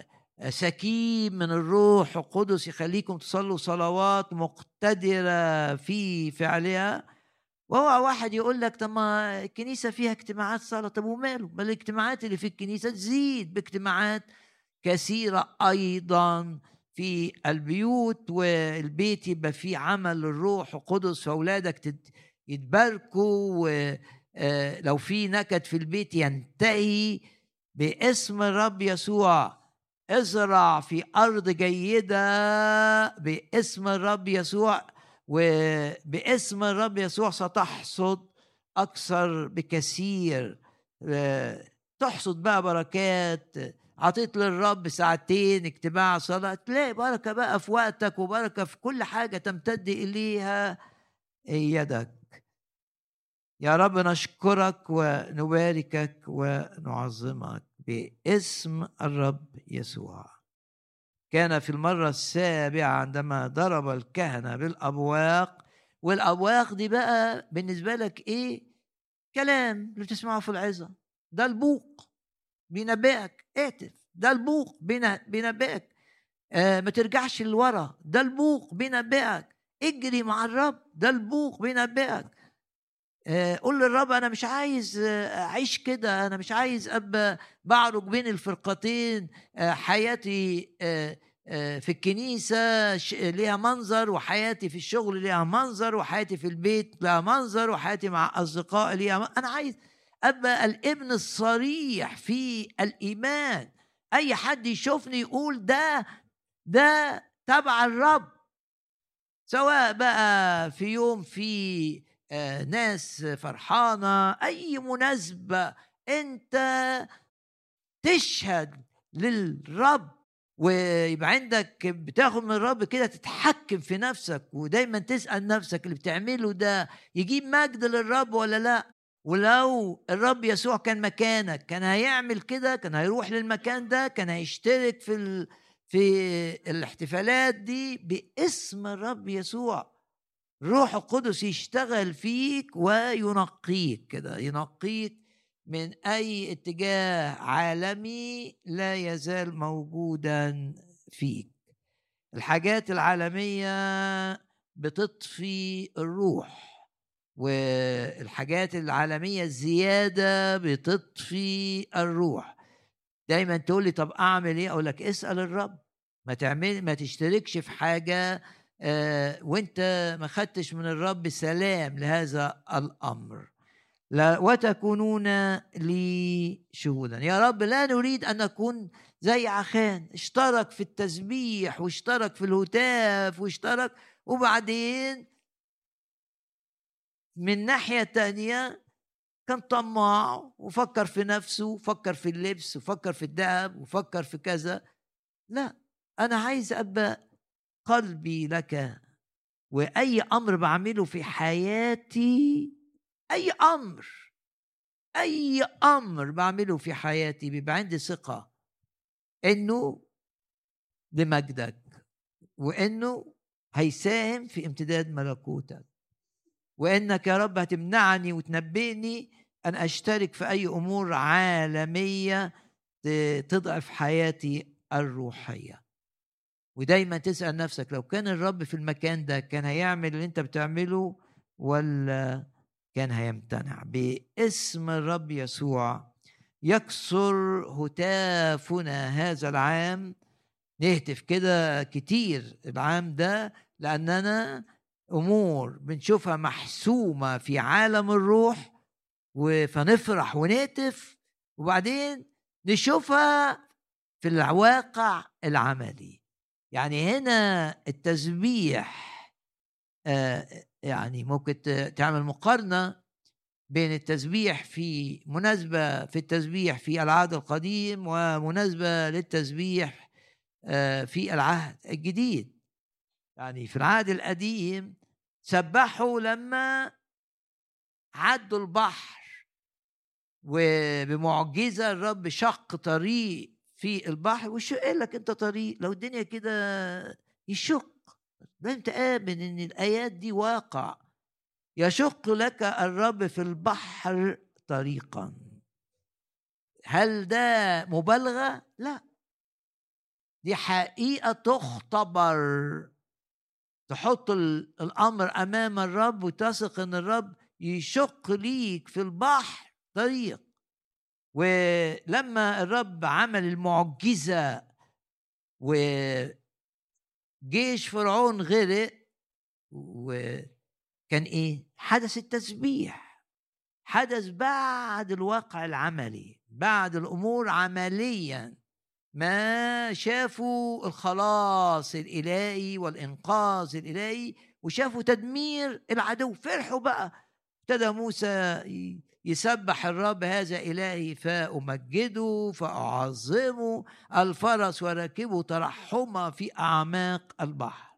Speaker 1: سكيب من الروح القدس، يخليكم تصلوا صلوات مقتدرة في فعلها. وهو واحد يقول لك طب ما الكنيسة فيها اجتماعات صلاة، طب وماله؟ بل الاجتماعات اللي في الكنيسة تزيد باجتماعات كثيرة أيضا في البيوت، والبيت يبقى فيه عمل الروح القدس، فأولادك يتباركوا، ولو في نكد في البيت ينتهي باسم الرب يسوع. ازرع في أرض جيدة باسم الرب يسوع، وباسم الرب يسوع ستحصد أكثر بكثير. تحصد بقى بركات. عطيت للرب ساعتين اجتماع صلاة، تلاقي بركة بقى في وقتك، وبركة في كل حاجة تمتد إليها يدك. يا رب نشكرك ونباركك ونعظمك باسم الرب يسوع. كان في المرة السابعة عندما ضرب الكهنة بالأبواق. والأبواق دي بقى بالنسبة لك إيه؟ كلام اللي بتسمعه في العظة، ده البوق بينبئك اهتف، ده البوق بينبئك آه ما ترجعش لورا، ده البوق بينبئك اجري مع الرب، ده البوق بينبئك. آه قول للرب أنا مش عايز أعيش كده، أنا مش عايز أبقى بعرج بين الفرقتين. آه حياتي آه في الكنيسة ليها منظر، وحياتي في الشغل ليها منظر، وحياتي في البيت ليها منظر، وحياتي مع أصدقائي ليها منظر. أنا عايز أبقى الابن الصريح في الإيمان، أي حد يشوفني يقول ده ده تبع الرب. سواء بقى في يوم في آه ناس فرحانة، أي مناسبة أنت تشهد للرب ويبقى عندك بتاخد من الرب كده، تتحكم في نفسك ودايما تسأل نفسك اللي بتعمله ده يجيب مجد للرب ولا لا. ولو الرب يسوع كان مكانك كان هيعمل كده، كان هيروح للمكان ده، كان هيشترك في ال... في الاحتفالات دي باسم الرب يسوع. روح القدس يشتغل فيك وينقيك كده، ينقيك من أي اتجاه عالمي لا يزال موجودا فيك. الحاجات العالمية بتطفي الروح، والحاجات العالمية الزيادة بتطفي الروح. دايما تقول لي طب أعمل إيه؟ أقول لك اسأل الرب. ما تعمل ما تشتركش في حاجة آه وانت ما خدتش من الرب سلام لهذا الأمر. لا وتكونون لي شهودا. يا رب لا نريد أن نكون زي عخان اشترك في التسبيح واشترك في الهتاف واشترك، وبعدين من ناحية تانية كان طماع وفكر في نفسه وفكر في اللبس وفكر في الذهب وفكر في كذا. لا، أنا عايز أبقى قلبي لك، وأي أمر بعمله في حياتي، أي أمر أي أمر بعمله في حياتي بيبقى عندي ثقة إنه لمجدك، وإنه هيساهم في امتداد ملكوتك، وإنك يا رب هتمنعني وتنبئني أن أشترك في أي أمور عالمية تضعف حياتي الروحية. ودايما تسأل نفسك لو كان الرب في المكان ده كان هيعمل اللي انت بتعمله ولا كان هيمتنع؟ باسم الرب يسوع يكسر هتافنا هذا العام. نهتف كده كتير العام ده لأننا أمور بنشوفها محسومة في عالم الروح، فنفرح ونهتف، وبعدين نشوفها في الواقع العملي. يعني هنا التسبيح آه يعني ممكن تعمل مقارنة بين التسبيح في مناسبة في التسبيح في العهد القديم ومناسبة للتسبيح آه في العهد الجديد. يعني في العهد القديم سبحوا لما عدوا البحر، وبمعجزة الرب شق طريق في البحر. وش قال لك انت طريق لو الدنيا كده يشق؟ لازم تآمن ان الآيات دي واقع. يشق لك الرب في البحر طريقا. هل ده مبالغة؟ لا، دي حقيقة تختبر. تحط الأمر أمام الرب وتثق ان الرب يشق ليك في البحر طريق. ولما الرب عمل المعجزة وجيش فرعون غرق، وكان ايه؟ حدث التسبيح. حدث بعد الواقع العملي، بعد الأمور عمليا ما شافوا الخلاص الإلهي والإنقاذ الإلهي وشافوا تدمير العدو، فرحوا بقى. ابتدى موسى يسبح الرب، هذا إلهي فأمجده فأعظمه، الفرس وراكبه ترحما في أعماق البحر.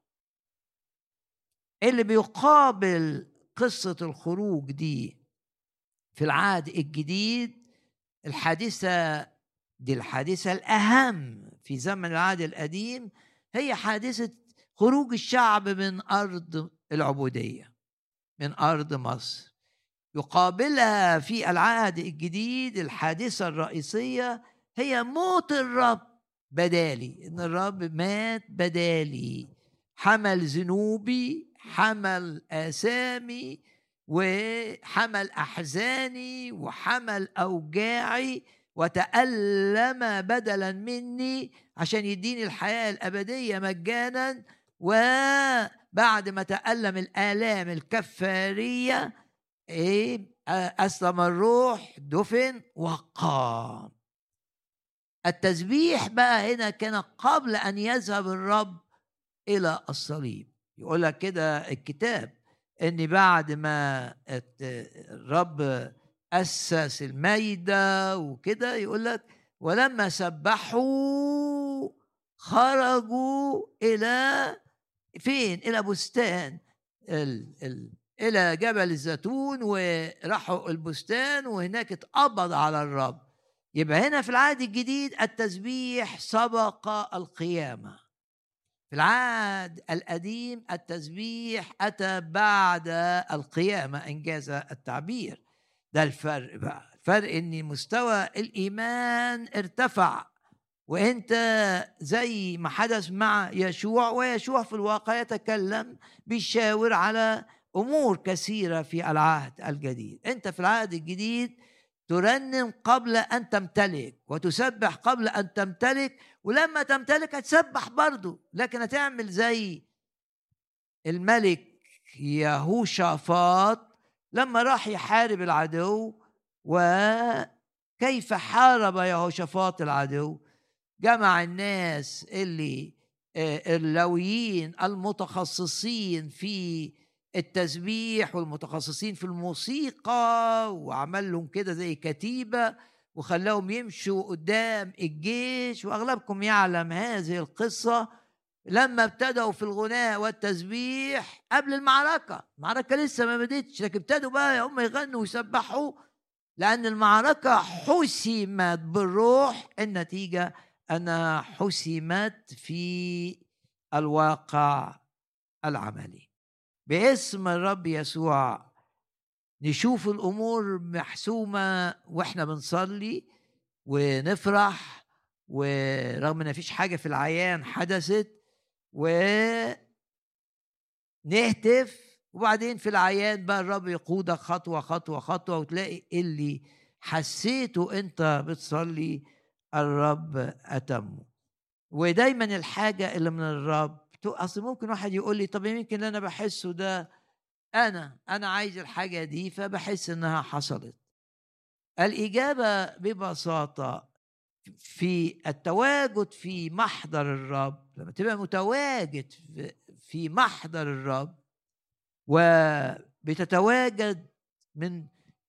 Speaker 1: اللي بيقابل قصة الخروج دي في العهد الجديد، الحادثة دي الحادثة الأهم في زمن العهد القديم، هي حادثة خروج الشعب من أرض العبودية، من أرض مصر. يقابلها في العهد الجديد الحادثة الرئيسية هي موت الرب بدالي. إن الرب مات بدالي، حمل ذنوبي، حمل آثامي، وحمل أحزاني، وحمل أوجاعي، وتألم بدلا مني عشان يديني الحياة الأبدية مجانا. وبعد ما تألم الآلام الكفارية ايه؟ أسلم الروح، دفن وقام. التسبيح بقى هنا كان قبل أن يذهب الرب إلى الصليب. يقول لك كده الكتاب ان بعد ما الرب أسس المائدة وكده يقول لك ولما سبحوا خرجوا إلى فين؟ إلى بستان ال ال إلى جبل الزيتون، وراحوا البستان وهناك اتقبض على الرب. يبقى هنا في العهد الجديد التسبيح سبق القيامة. في العهد القديم التسبيح أتى بعد القيامة إنجاز التعبير. ده الفرق بقى، الفرق إن مستوى الإيمان ارتفع، وانت زي ما حدث مع يشوع، ويشوع في الواقع يتكلم بيشاور على امور كثيره في العهد الجديد. انت في العهد الجديد ترنم قبل ان تمتلك، وتسبح قبل ان تمتلك، ولما تمتلك هتسبح برضو، لكن هتعمل زي الملك يهوشافاط لما راح يحارب العدو. وكيف حارب يهوشافاط العدو؟ جمع الناس اللي اللويين المتخصصين في التسبيح والمتخصصين في الموسيقى، وعمل لهم كده زي كتيبة وخلاهم يمشوا قدام الجيش. وأغلبكم يعلم هذه القصة، لما ابتدوا في الغناء والتسبيح قبل المعركة، المعركة لسه ما بدتش، لكن ابتدوا بقى هم يغنوا ويسبحوا لأن المعركة حسمت بالروح. النتيجة أنها حسمت في الواقع العملي. باسم الرب يسوع نشوف الأمور محسومة وإحنا بنصلي ونفرح، ورغم أن فيش حاجة في العيان حدثت، ونهتف، وبعدين في العيان بقى الرب يقودك خطوة خطوة خطوة، وتلاقي اللي حسيته أنت بتصلي الرب أتمه. ودايما الحاجة اللي من الرب، أصل ممكن واحد يقول لي طب يمكن اللي أنا بحسه ده أنا أنا عايز الحاجة دي فبحس إنها حصلت. الإجابة ببساطة في التواجد في محضر الرب. لما تبقى متواجد في محضر الرب وبتتواجد من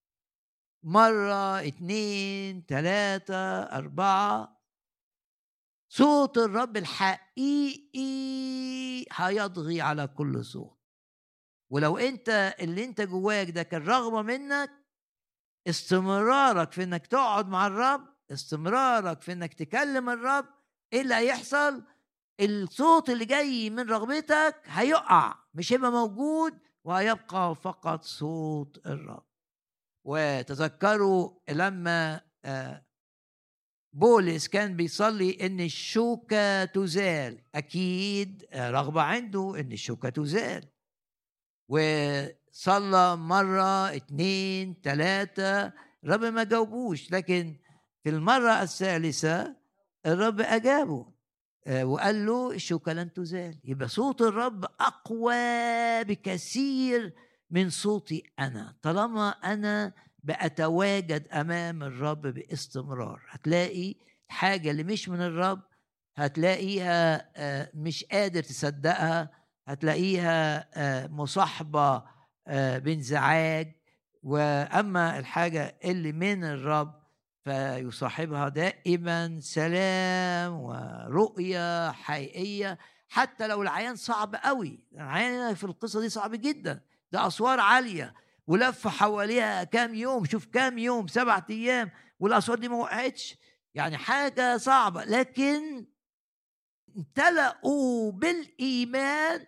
Speaker 1: مرة اتنين تلاتة أربعة، صوت الرب الحقيقي هيضغي على كل صوت. ولو انت اللي انت جواك ده كان رغبة منك، استمرارك في انك تقعد مع الرب، استمرارك في انك تكلم الرب، ايه اللي هيحصل؟ الصوت اللي جاي من رغبتك هيقع، مش هيبقى موجود، وهيبقى فقط صوت الرب. وتذكروا لما بولس كان بيصلي ان الشوكة تزال، اكيد رغبة عنده ان الشوكة تزال، وصلى مرة اتنين تلاتة الرب ما جاوبوش، لكن في المرة الثالثة الرب أجابه وقال له الشوكة لن تزال. يبقى صوت الرب أقوى بكثير من صوتي أنا، طالما أنا بأتواجد أمام الرب باستمرار. هتلاقي حاجة اللي مش من الرب هتلاقيها مش قادر تصدقها، هتلاقيها مصاحبة بانزعاج، وأما الحاجة اللي من الرب فيصاحبها دائما سلام ورؤية حقيقية. حتى لو العيان صعب قوي، العيان في القصة دي صعب جدا، ده أسوار عالية ولف حواليها كام يوم، شوف كام يوم، سبعة أيام، والأسوار دي ما وقعتش، يعني حاجة صعبة، لكن امتلأوا بالإيمان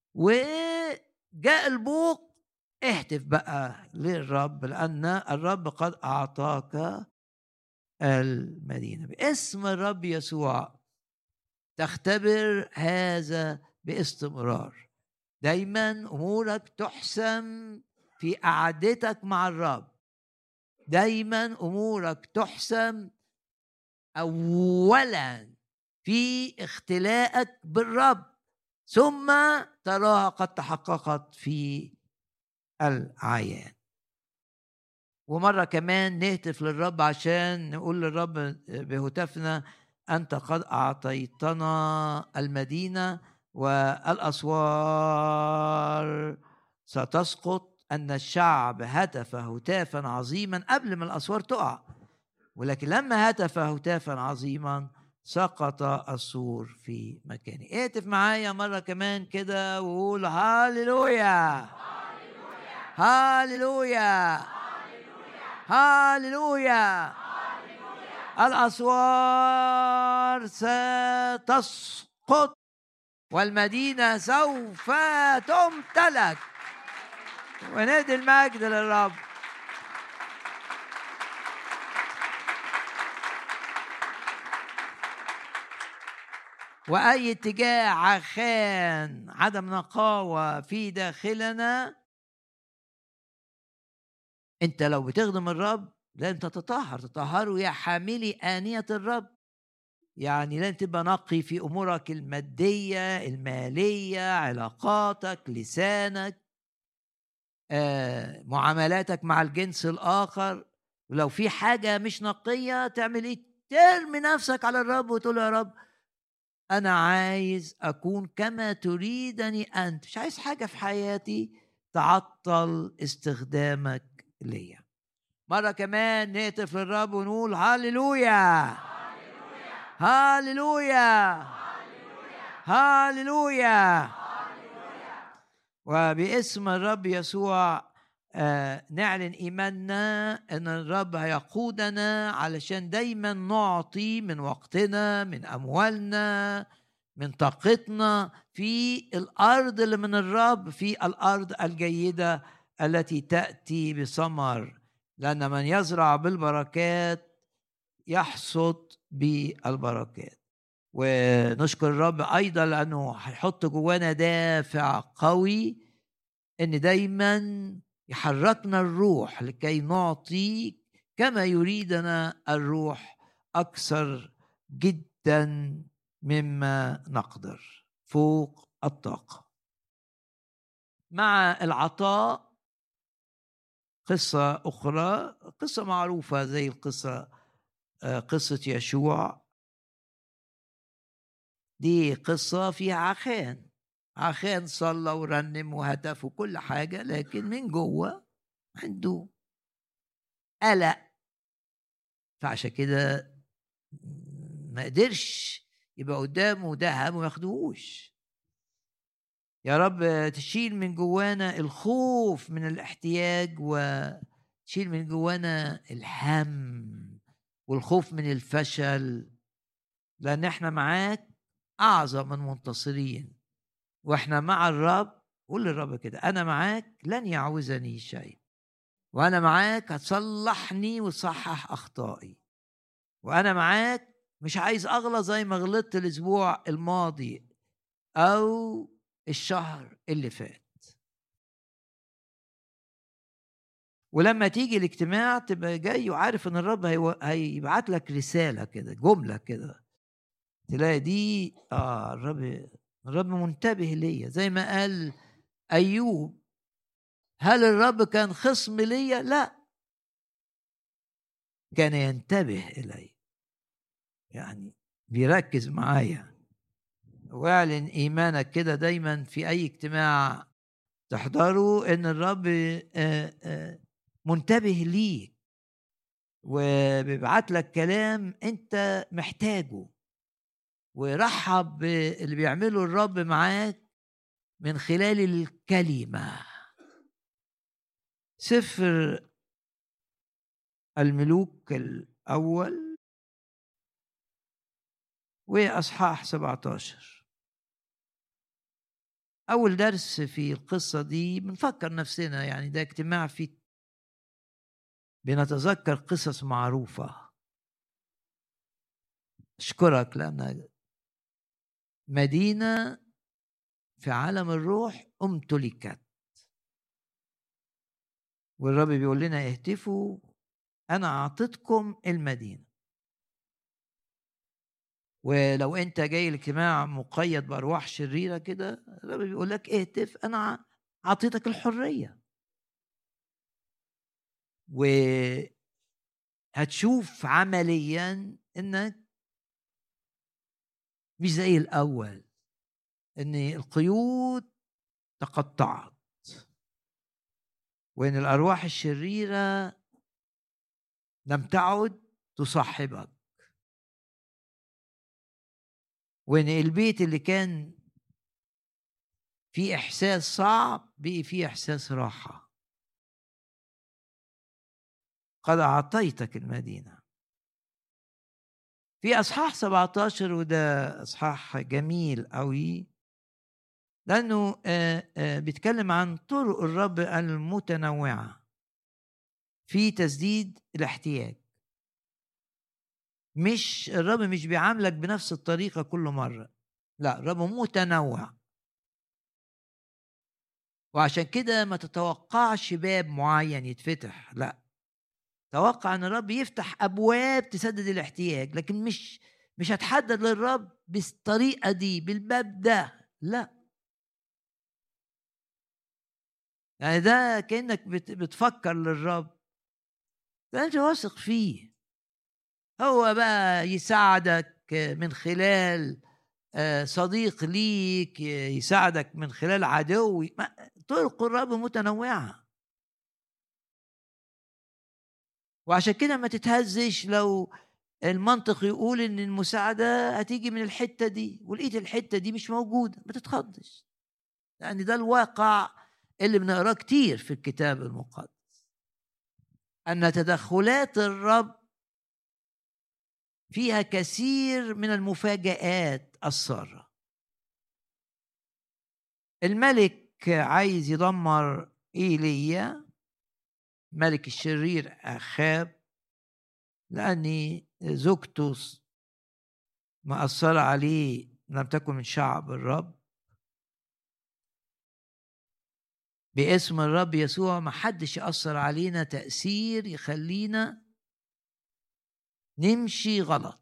Speaker 1: وجاء البوق. اهتف بقى للرب لأن الرب قد أعطاك المدينة. باسم الرب يسوع تختبر هذا باستمرار. دايما أمورك تحسم في قعدتك مع الرب، دايما أمورك تحسم أولا في اختلاءك بالرب، ثم تراها قد تحققت في العيان. ومرة كمان نهتف للرب عشان نقول للرب بهتافنا أنت قد أعطيتنا المدينة والأسوار ستسقط، أن الشعب هتف هتافا عظيما قبل ما الأسوار تقع، ولكن لما هتف هتافا عظيما سقط السور في مكانه. اهتف معايا مرة كمان كده وقول هاليلويا هاليلويا هاليلويا. الأسوار ستسقط والمدينة سوف تمتلك. وندي المجد للرب. وأي اتجاه عخان عدم نقاوة في داخلنا، أنت لو بتخدم الرب لازم تتطهر. تطهروا يا حاملي آنية الرب، يعني لازم تبقى نقي في أمورك المادية المالية، علاقاتك، لسانك، آه، معاملاتك مع الجنس الآخر. ولو في حاجة مش نقية تعمل إيه؟ ترمي نفسك على الرب وتقول يا رب أنا عايز أكون كما تريدني أنت، مش عايز حاجة في حياتي تعطل استخدامك ليا. مرة كمان نهتف للرب ونقول هاليلويا هاليلويا هاليلويا. وباسم الرب يسوع آه نعلن إيماننا أن الرب هيقودنا علشان دايما نعطي من وقتنا، من أموالنا، من طاقتنا في الأرض اللي من الرب، في الأرض الجيدة التي تأتي بثمر، لأن من يزرع بالبركات يحصد بالبركات. ونشكر الرب أيضا لأنه هيحط جوانا دافع قوي إن دايما يحركنا الروح لكي نعطي كما يريدنا الروح أكثر جدا مما نقدر، فوق الطاقة. مع العطاء قصة أخرى، قصة معروفة زي القصة قصة يشوع. دي قصة فيها عخان عخان صلى ورنم وهتف وكل حاجة، لكن من جوه عنده قلق، فعشان كده ما قدرش يبقى قدامه ذهب وما ياخدوش. يا رب تشيل من جوانا الخوف من الاحتياج، وتشيل من جوانا الهم والخوف من الفشل، لأن احنا معاك أعظم المنتصرين. واحنا مع الرب، قول للرب كده أنا معاك لن يعوزني شيء، وأنا معاك هتصلحني وتصحح أخطائي، وأنا معاك مش عايز أغلط زي ما غلطت الأسبوع الماضي أو الشهر اللي فات. ولما تيجي الاجتماع تبقى جاي وعارف ان الرب هيبعت لك رسالة كده، جملة كده تلاقي دي اه الرب الرب منتبه ليا. زي ما قال أيوب، هل الرب كان خصم ليا؟ لا، كان ينتبه إلي، يعني بيركز معايا. واعلن إيمانك كده دايما في أي اجتماع تحضره ان الرب منتبه ليك وبيبعت لك كلام انت محتاجه، ورحب باللي بيعمله الرب معاك من خلال الكلمة. سفر الملوك الأول وأصحاح سبعة عشر. أول درس في القصة دي بنفكر نفسنا، يعني ده اجتماع فيه بنتذكر قصص معروفة. أشكرك لأن مدينة في عالم الروح امتلكت، والرب بيقول لنا اهتفوا أنا أعطيتكم المدينة. ولو أنت جاي الاجتماع مقيد بأرواح شريرة كده، الرب بيقول لك اهتف أنا أعطيتك الحرية. وهتشوف عمليا إنك مش زي الأول، إن القيود تقطعت وإن الأرواح الشريرة لم تعد تصاحبك، وإن البيت اللي كان فيه إحساس صعب بقي فيه إحساس راحة. قد أعطيتك المدينة. في أصحاح سبعة عشر، وده أصحاح جميل قوي، لأنه آه، آه، بيتكلم عن طرق الرب المتنوعة في تسديد الاحتياج. مش الرب مش بيعاملك بنفس الطريقة كل مرة، لا، الرب متنوع. وعشان كده ما تتوقعش باب معين يتفتح، لا، توقع ان الرب يفتح ابواب تسدد الاحتياج، لكن مش مش هتحدد للرب بالطريقة دي بالباب ده، لا. يعني ده كأنك بت- بتفكر للرب، ده انت واثق فيه، هو بقى يساعدك من خلال آه، صديق ليك، يساعدك من خلال عدو. ما- طرق الرب متنوعة. وعشان كده ما تتهزش لو المنطق يقول ان المساعدة هتيجي من الحتة دي ولقيت الحتة دي مش موجودة، ما تتخضش، لأن يعني ده الواقع اللي بنقراه كتير في الكتاب المقدس، أن تدخلات الرب فيها كثير من المفاجآت السارة. الملك عايز يدمر إيليا، ملك الشرير أخاب، لأن زوجته مأثرة عليه، لم تكن من شعب الرب. باسم الرب يسوع ما حدش يأثر علينا تأثير يخلينا نمشي غلط.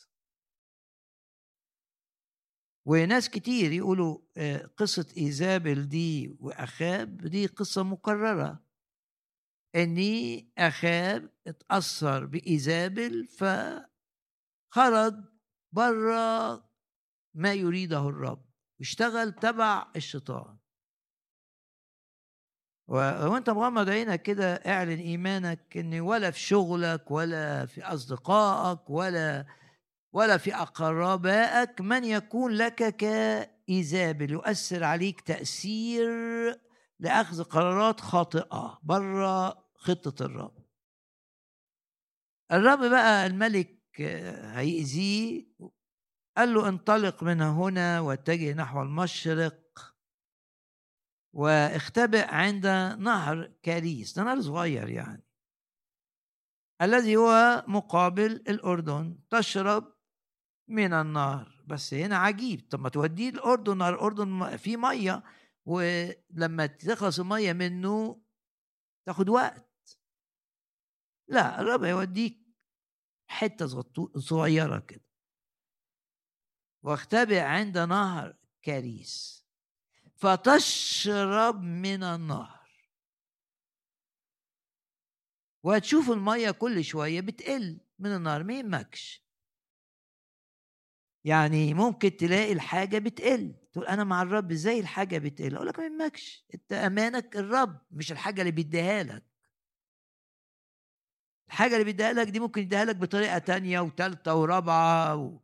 Speaker 1: وناس كتير يقولوا قصة إيزابل دي وأخاب دي قصة مكررة، أني أخاب اتأثر بإيزابل فخرج بره ما يريده الرب، اشتغل تبع الشيطان. وانت مغمض عينك كده اعلن ايمانك ان ولا في شغلك ولا في اصدقائك ولا ولا في اقربائك من يكون لك كإيزابل يؤثر عليك تأثير لأخذ قرارات خاطئة بره خطة الرب. الرب بقى الملك هيأذيه، قال له انطلق من هنا واتجه نحو المشرق واختبئ عند نهر كاريس، ده نهر صغير يعني، الذي هو مقابل الأردن، تشرب من النهر. بس هنا عجيب، طب ما توديه الأردن، نهر الأردن فيه مية، ولما تخلص المية منه تاخد وقت. لا، الرب يوديك حتة صغيرة كده، واختبئ عند نهر كاريس فتشرب من النهر، وهتشوف المية كل شوية بتقل من النهر، ما يهمكش. يعني ممكن تلاقي الحاجة بتقل، تقول أنا مع الرب، إزاي الحاجة بتقل؟ أقول لك ما يهمكش، أنت أمانك الرب مش الحاجة اللي بيديها لك. الحاجة اللي بيديها لك دي ممكن يديها لك بطريقة تانية وتالتة ورابعة و...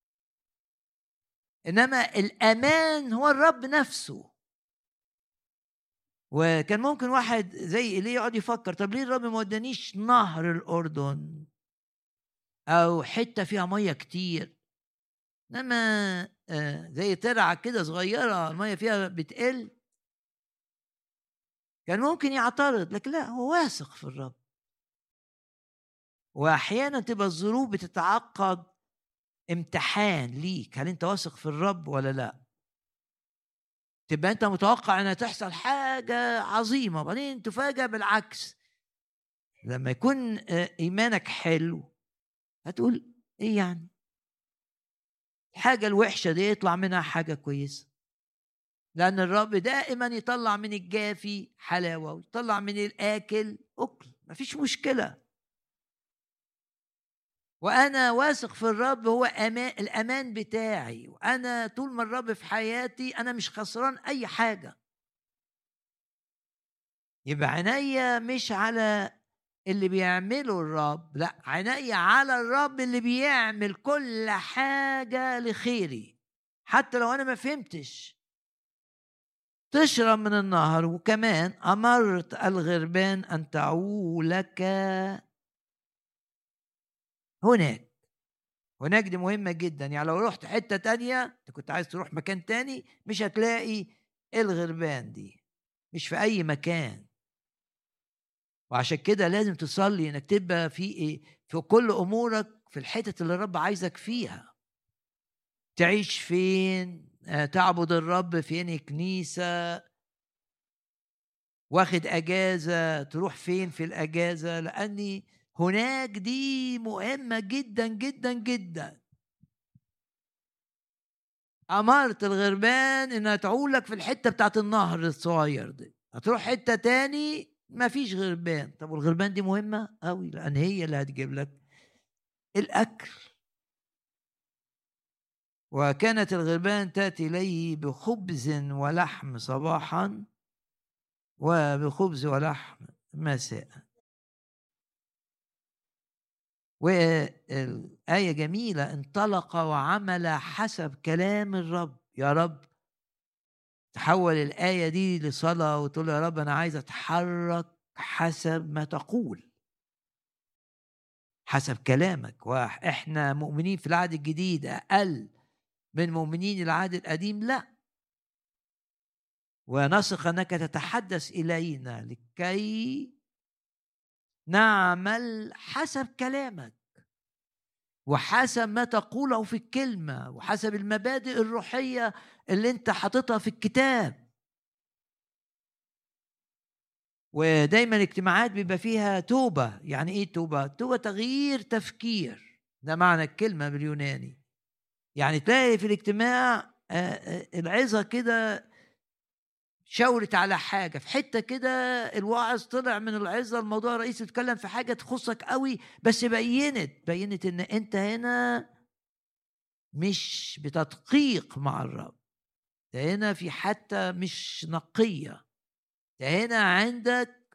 Speaker 1: إنما الأمان هو الرب نفسه. وكان ممكن واحد زي إيليا يقعد يفكر، طب ليه الرب ما ودانيش نهر الأردن أو حتة فيها مية كتير، إنما آه زي ترعة كده صغيرة المية فيها بتقل، كان ممكن يعترض، لكن لا، هو واثق في الرب. واحيانا تبقى الظروف بتتعقد امتحان ليك، هل انت واثق في الرب ولا لا؟ تبقى انت متوقع انها تحصل حاجه عظيمه، بعدين تفاجأ بالعكس. لما يكون ايمانك حلو هتقول ايه يعني الحاجه الوحشه دي يطلع منها حاجه كويسه، لان الرب دائما يطلع من الجافي حلاوه ويطلع من الاكل اكل، مفيش مشكله. وأنا واثق في الرب، هو أمان، الأمان بتاعي، وأنا طول ما الرب في حياتي أنا مش خسران أي حاجة. يبقى عينيا مش على اللي بيعمله الرب، لا، عينيا على الرب اللي بيعمل كل حاجة لخيري حتى لو أنا ما فهمتش. تشرب من النهر. وكمان أمرت الغربان أن تعولك هناك. هناك دي مهمة جدا، يعني لو رحت حتة تانية، انت كنت عايز تروح مكان تاني، مش هتلاقي الغربان دي، مش في أي مكان. وعشان كده لازم تصلي انك تبقى في ايه، في كل امورك في الحتة اللي الرب عايزك فيها. تعيش فين، آه، تعبد الرب فين، كنيسة، واخد اجازة، تروح فين في الاجازة، لاني هناك دي مهمة جدا جدا جدا. امرت الغربان انها تعولك في الحتة بتاعت النهر الصغير دي. هتروح حتة تاني ما فيش غربان. طب والغربان دي مهمة قوي، لان هي اللي هتجيب لك الاكل. وكانت الغربان تأتي إليه بخبز ولحم صباحا وبخبز ولحم مساء. والآية جميلة، انطلق وعمل حسب كلام الرب. يا رب تحول الآية دي لصلاة وتقول يا رب أنا عايز أتحرك حسب ما تقول، حسب كلامك. وإحنا مؤمنين في العهد الجديد أقل من مؤمنين العهد القديم؟ لا، ونثق أنك تتحدث إلينا لكي نعمل حسب كلامك وحسب ما تقوله في الكلمة وحسب المبادئ الروحية اللي انت حاططها في الكتاب. ودايما الاجتماعات بيبقى فيها توبة. يعني ايه توبة؟ توبة تغيير تفكير، ده معنى الكلمة باليوناني. يعني تلاقي في الاجتماع العظة كده شاورت على حاجة في حتة كده، الواعظ طلع من العظة الموضوع الرئيسي بيتكلم في حاجة تخصك قوي، بس بينت بينت ان انت هنا مش بتدقيق مع الرب، ده هنا في حتى مش نقية، ده هنا عندك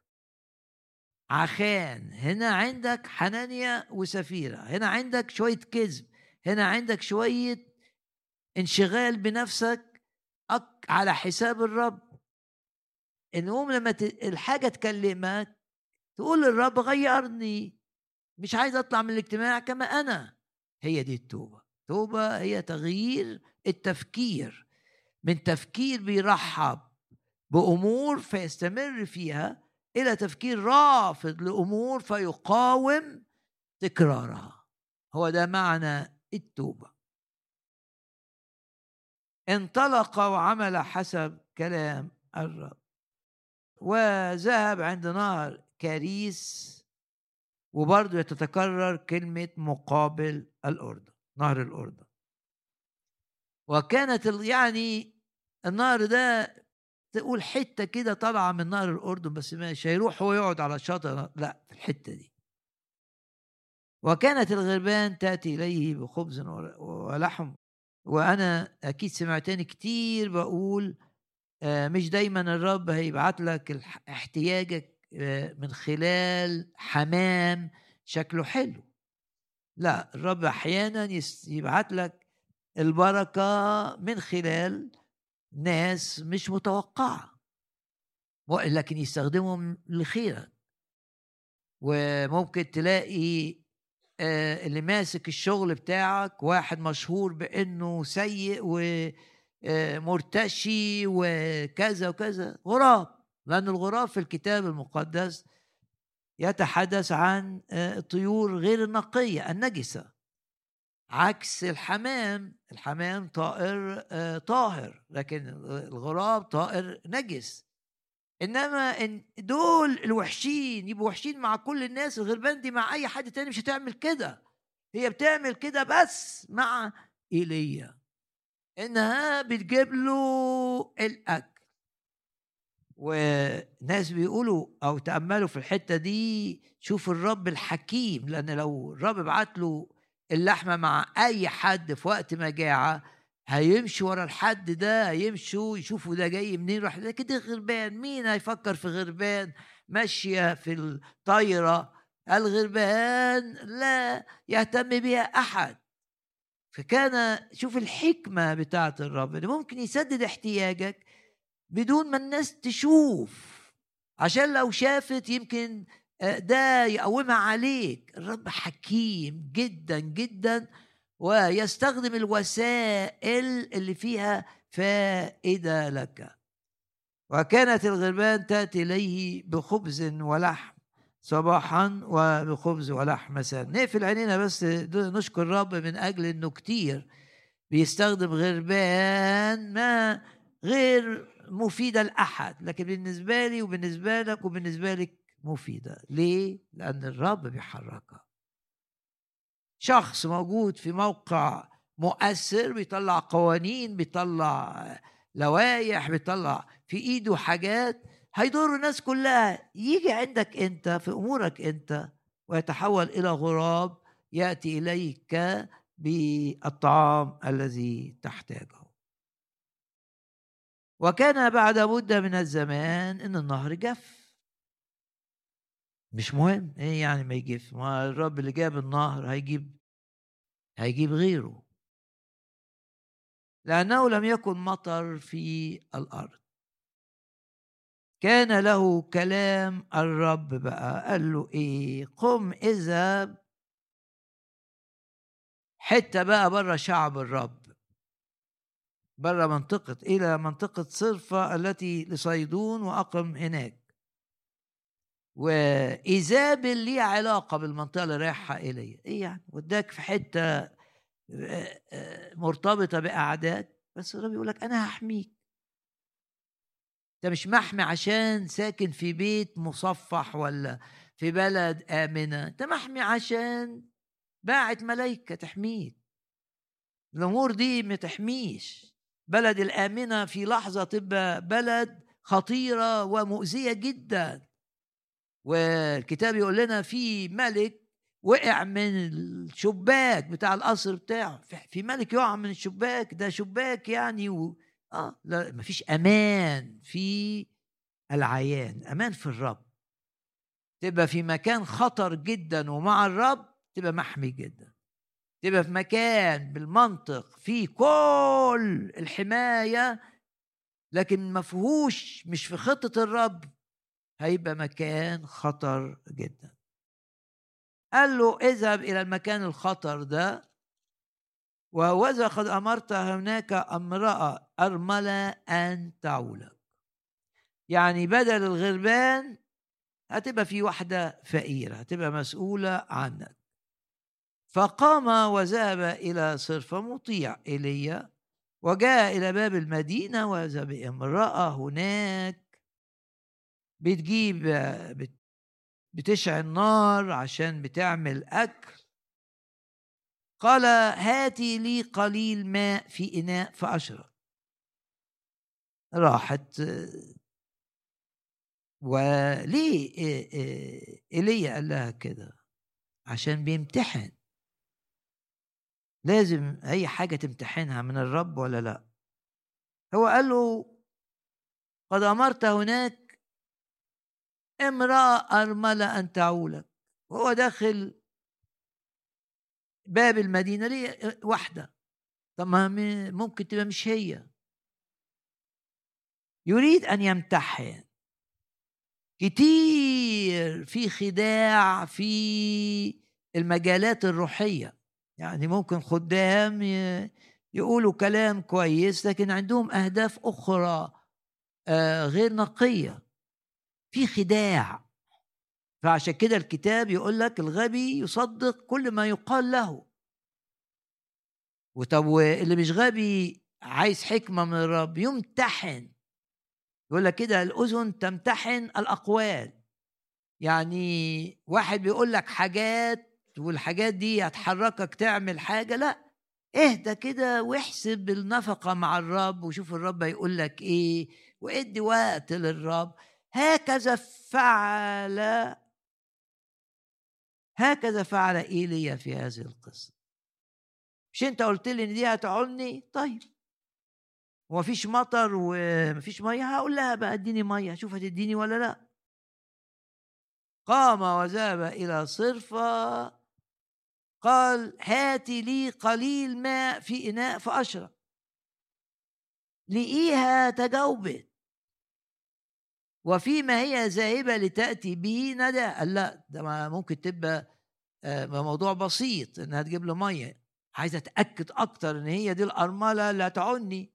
Speaker 1: عخان، هنا عندك حنانيا وسفيرة، هنا عندك شوية كذب، هنا عندك شوية انشغال بنفسك على حساب الرب. المهم لما الحاجة تكلمك تقول للرب غيرني، مش عايز اطلع من الاجتماع كما انا. هي دي التوبة. التوبة هي تغيير التفكير من تفكير بيرحب بأمور فيستمر فيها إلى تفكير رافض لأمور فيقاوم تكرارها. هو ده معنى التوبة. انطلق وعمل حسب كلام الرب وذهب عند نهر كاريس. وبرضه يتتكرر كلمة مقابل الأردن، نهر الأردن. وكانت يعني النهر ده تقول حتة كده طالعة من نهر الأردن، بس مش هيروح هو يقعد على الشاطئ، لا، في الحتة دي. وكانت الغربان تأتي إليه بخبز ولحم. وأنا أكيد سمعتني كتير بقول مش دايما الرب هيبعت لك احتياجك من خلال حمام شكله حلو. لا، الرب أحيانا يبعت لك البركة من خلال ناس مش متوقعة، لكن يستخدمهم لخيرك. وممكن تلاقي اللي ماسك الشغل بتاعك واحد مشهور بأنه سيء ومرتشي وكذا وكذا، غراب. لأن الغراب في الكتاب المقدس يتحدث عن الطيور غير النقية النجسة، عكس الحمام. الحمام طائر طاهر، لكن الغراب طائر نجس. انما إن دول الوحشين يبقوا وحشين مع كل الناس، الغربان دي مع اي حد تاني مش هتعمل كده. هي بتعمل كده بس مع ايليا، انها بتجيب له الاكل. وناس بيقولوا او تأملوا في الحتة دي، شوف الرب الحكيم، لان لو الرب بعت له اللحمة مع اي حد في وقت مجاعة هيمشوا ورا الحد ده، هيمشوا يشوفوا ده جاي منين، راح ده كده غربان. مين هيفكر في غربان ماشية في الطايرة؟ الغربان لا يهتم بها أحد. فكان شوف الحكمة بتاعت الرب اللي ممكن يسدد احتياجك بدون ما الناس تشوف، عشان لو شافت يمكن ده يقومها عليك. الرب حكيم جدا جدا، ويستخدم الوسائل اللي فيها فائدة لك. وكانت الغربان تأتي إليه بخبز ولحم صباحا وبخبز ولحم مساء. نقفل عينينا بس نشكر الرب من أجل أنه كتير بيستخدم غربان ما غير مفيدة لأحد، لكن بالنسبة لي وبالنسبة لك وبالنسبة لك مفيدة. ليه؟ لأن الرب بيحركها. شخص موجود في موقع مؤثر، بيطلع قوانين، بيطلع لوائح، بيطلع في ايده حاجات هيضر الناس كلها، يجي عندك انت في امورك انت ويتحول الى غراب ياتي اليك بالطعام الذي تحتاجه. وكان بعد مدة من الزمان ان النهر جف. مش مهم ايه يعني ما يجف، ما الرب اللي جاب النهر هيجيب هيجيب غيره، لأنه لم يكن مطر في الأرض. كان له كلام الرب بقى، قال له إيه؟ قم اذهب حتة بقى بره شعب الرب، بره منطقة، إلى منطقة صرفة التي لصيدون، وأقم هناك. وإيزابل ليه علاقة بالمنطقة اللي رايحة إليه. إيه يعني وداك في حتة مرتبطة بأعداء، بس الرب يقول لك أنا هحميك. انت مش محمي عشان ساكن في بيت مصفح ولا في بلد آمنة، انت محمي عشان باعت ملايكة تحميك. الأمور دي ما تحميش. بلد الآمنة في لحظة تبقى بلد خطيرة ومؤذية جدا. والكتاب يقول لنا في ملك وقع من الشباك بتاع القصر بتاعه. في ملك يقع من الشباك، ده شباك يعني و... اه لا، مفيش امان في العيان، امان في الرب. تبقى في مكان خطر جدا ومع الرب تبقى محمي جدا. تبقى في مكان بالمنطق فيه كل الحماية لكن ما فيهوش، مش في خطة الرب، هيبقى مكان خطر جدا. قال له اذهب إلى المكان الخطر ده، وهوذا قد أمرت هناك امرأة أرملة أن تعولك. يعني بدل الغربان هتبقى في واحدة فقيرة هتبقى مسؤولة عنك. فقام وذهب إلى صرفة مطيع إيليا، وجاء إلى باب المدينة، وإذا بامرأة هناك بتجيب بتشعل نار عشان بتعمل أكل. قال هاتي لي قليل ماء في إناء فأشرب. راحت. وليه إيليا قال لها كده؟ عشان بيمتحن. لازم أي حاجة تمتحنها من الرب ولا لا. هو قال له قد أمرت هناك امرأة أرملة أن تعولك. وهو داخل باب المدينة ليه واحدة؟ طب ما ممكن تبقى مش هي. يريد أن يمتحن. كتير في خداع في المجالات الروحية. يعني ممكن خدام يقولوا كلام كويس لكن عندهم أهداف أخرى غير نقية. في خداع. فعشان كده الكتاب يقول لك الغبي يصدق كل ما يقال له. وطب اللي مش غبي عايز حكمة من الرب يمتحن. يقول لك كده الأذن تمتحن الأقوال. يعني واحد بيقول لك حاجات والحاجات دي هتحركك تعمل حاجة، لا، اهدى كده واحسب النفقة مع الرب وشوف الرب هيقول لك ايه وادي وقت للرب. هكذا فعل هكذا فعل ايليا في هذه القصة. مش انت قلت لي ان دي هتعولني؟ طيب ومفيش مطر ومفيش ميه، هقول لها بقى اديني ميه، شوف هتديني ولا لا. قام وذهب الى صرفة، قال هاتي لي قليل ماء في اناء فاشرب. لقيها تجاوبت، وفيما هي ذاهبه لتاتي به ندى. قال لا، ده ممكن تبقى موضوع بسيط انها تجيب له ميه، عايزه اتاكد اكتر ان هي دي الارمله اللي هتعني.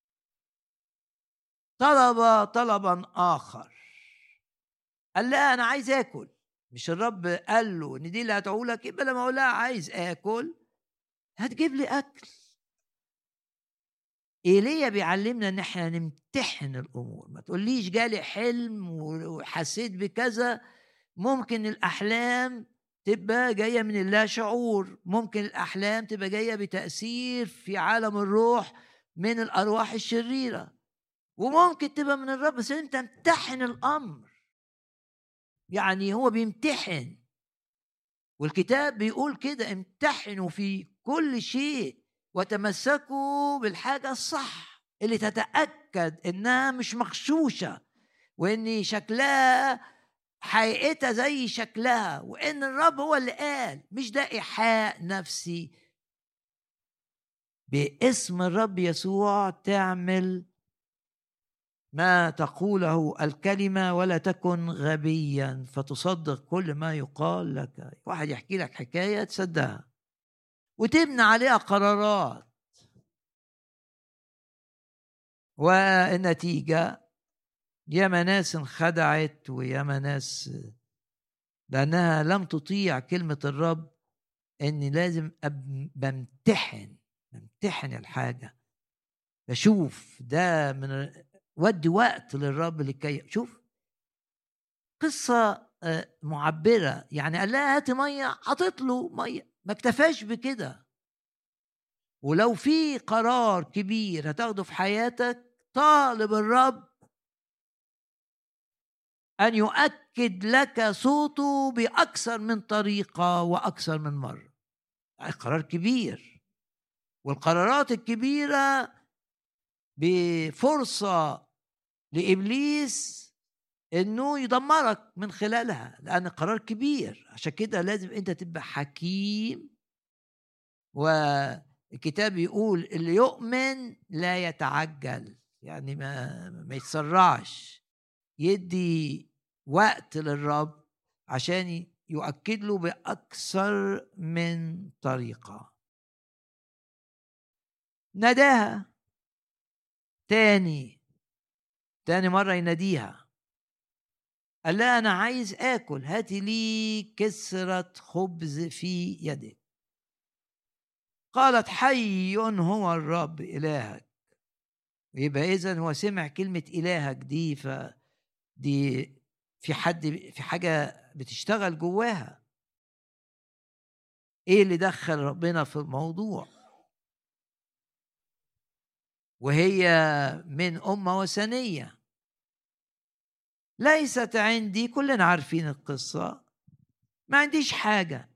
Speaker 1: طلب طلبا اخر، قال لا انا عايز اكل. مش الرب قال له ان دي اللي هتعولك؟ يبقى لما اقول لها عايز اكل هتجيب لي اكل. ايليا بيعلمنا ان احنا نمتحن الامور. ما تقوليش جالي حلم وحسيت بكذا. ممكن الاحلام تبقى جايه من اللا شعور، ممكن الاحلام تبقى جايه بتاثير في عالم الروح من الارواح الشريره، وممكن تبقى من الرب. بس انت امتحن الامر، يعني هو بيمتحن. والكتاب بيقول كده: امتحنوا في كل شيء وتمسكوا بالحاجة الصح اللي تتأكد انها مش مغشوشة، وان شكلها حقيقتها زي شكلها، وان الرب هو اللي قال، مش ده إيحاء نفسي. باسم الرب يسوع تعمل ما تقوله الكلمة، ولا تكن غبيا فتصدق كل ما يقال لك. واحد يحكي لك حكاية تصدقها وتبني عليها قرارات، والنتيجة ياما ناس انخدعت، وياما ناس لأنها لم تطيع كلمة الرب. إني لازم بمتحن بمتحن الحاجة، بشوف ده من ودي وقت للرب لكي شوف. قصة معبرة، يعني قال لها هاتي مية، عطت له مية، ما اكتفاش بكده. ولو في قرار كبير هتاخده في حياتك، طالب الرب أن يؤكد لك صوته بأكثر من طريقة وأكثر من مرة. قرار كبير، والقرارات الكبيرة بفرصة لإبليس إنه يدمرك من خلالها، لأن قرار كبير. عشان كده لازم أنت تبقى حكيم. والكتاب يقول اللي يؤمن لا يتعجل، يعني ما ما يتسرعش، يدي وقت للرب عشان يؤكد له بأكثر من طريقة. ناداها تاني تاني مرة يناديها، قال لها أنا عايز آكل، هاتي لي كسرة خبز في يدك. قالت حي هو الرب إلهك. يبقى إذن هو سمع كلمة إلهك دي، فدي في حد في حاجة بتشتغل جواها. إيه اللي دخل ربنا في الموضوع؟ وهي من أمة وثنية. ليست عندي، كلنا عارفين القصة، ما عنديش حاجة،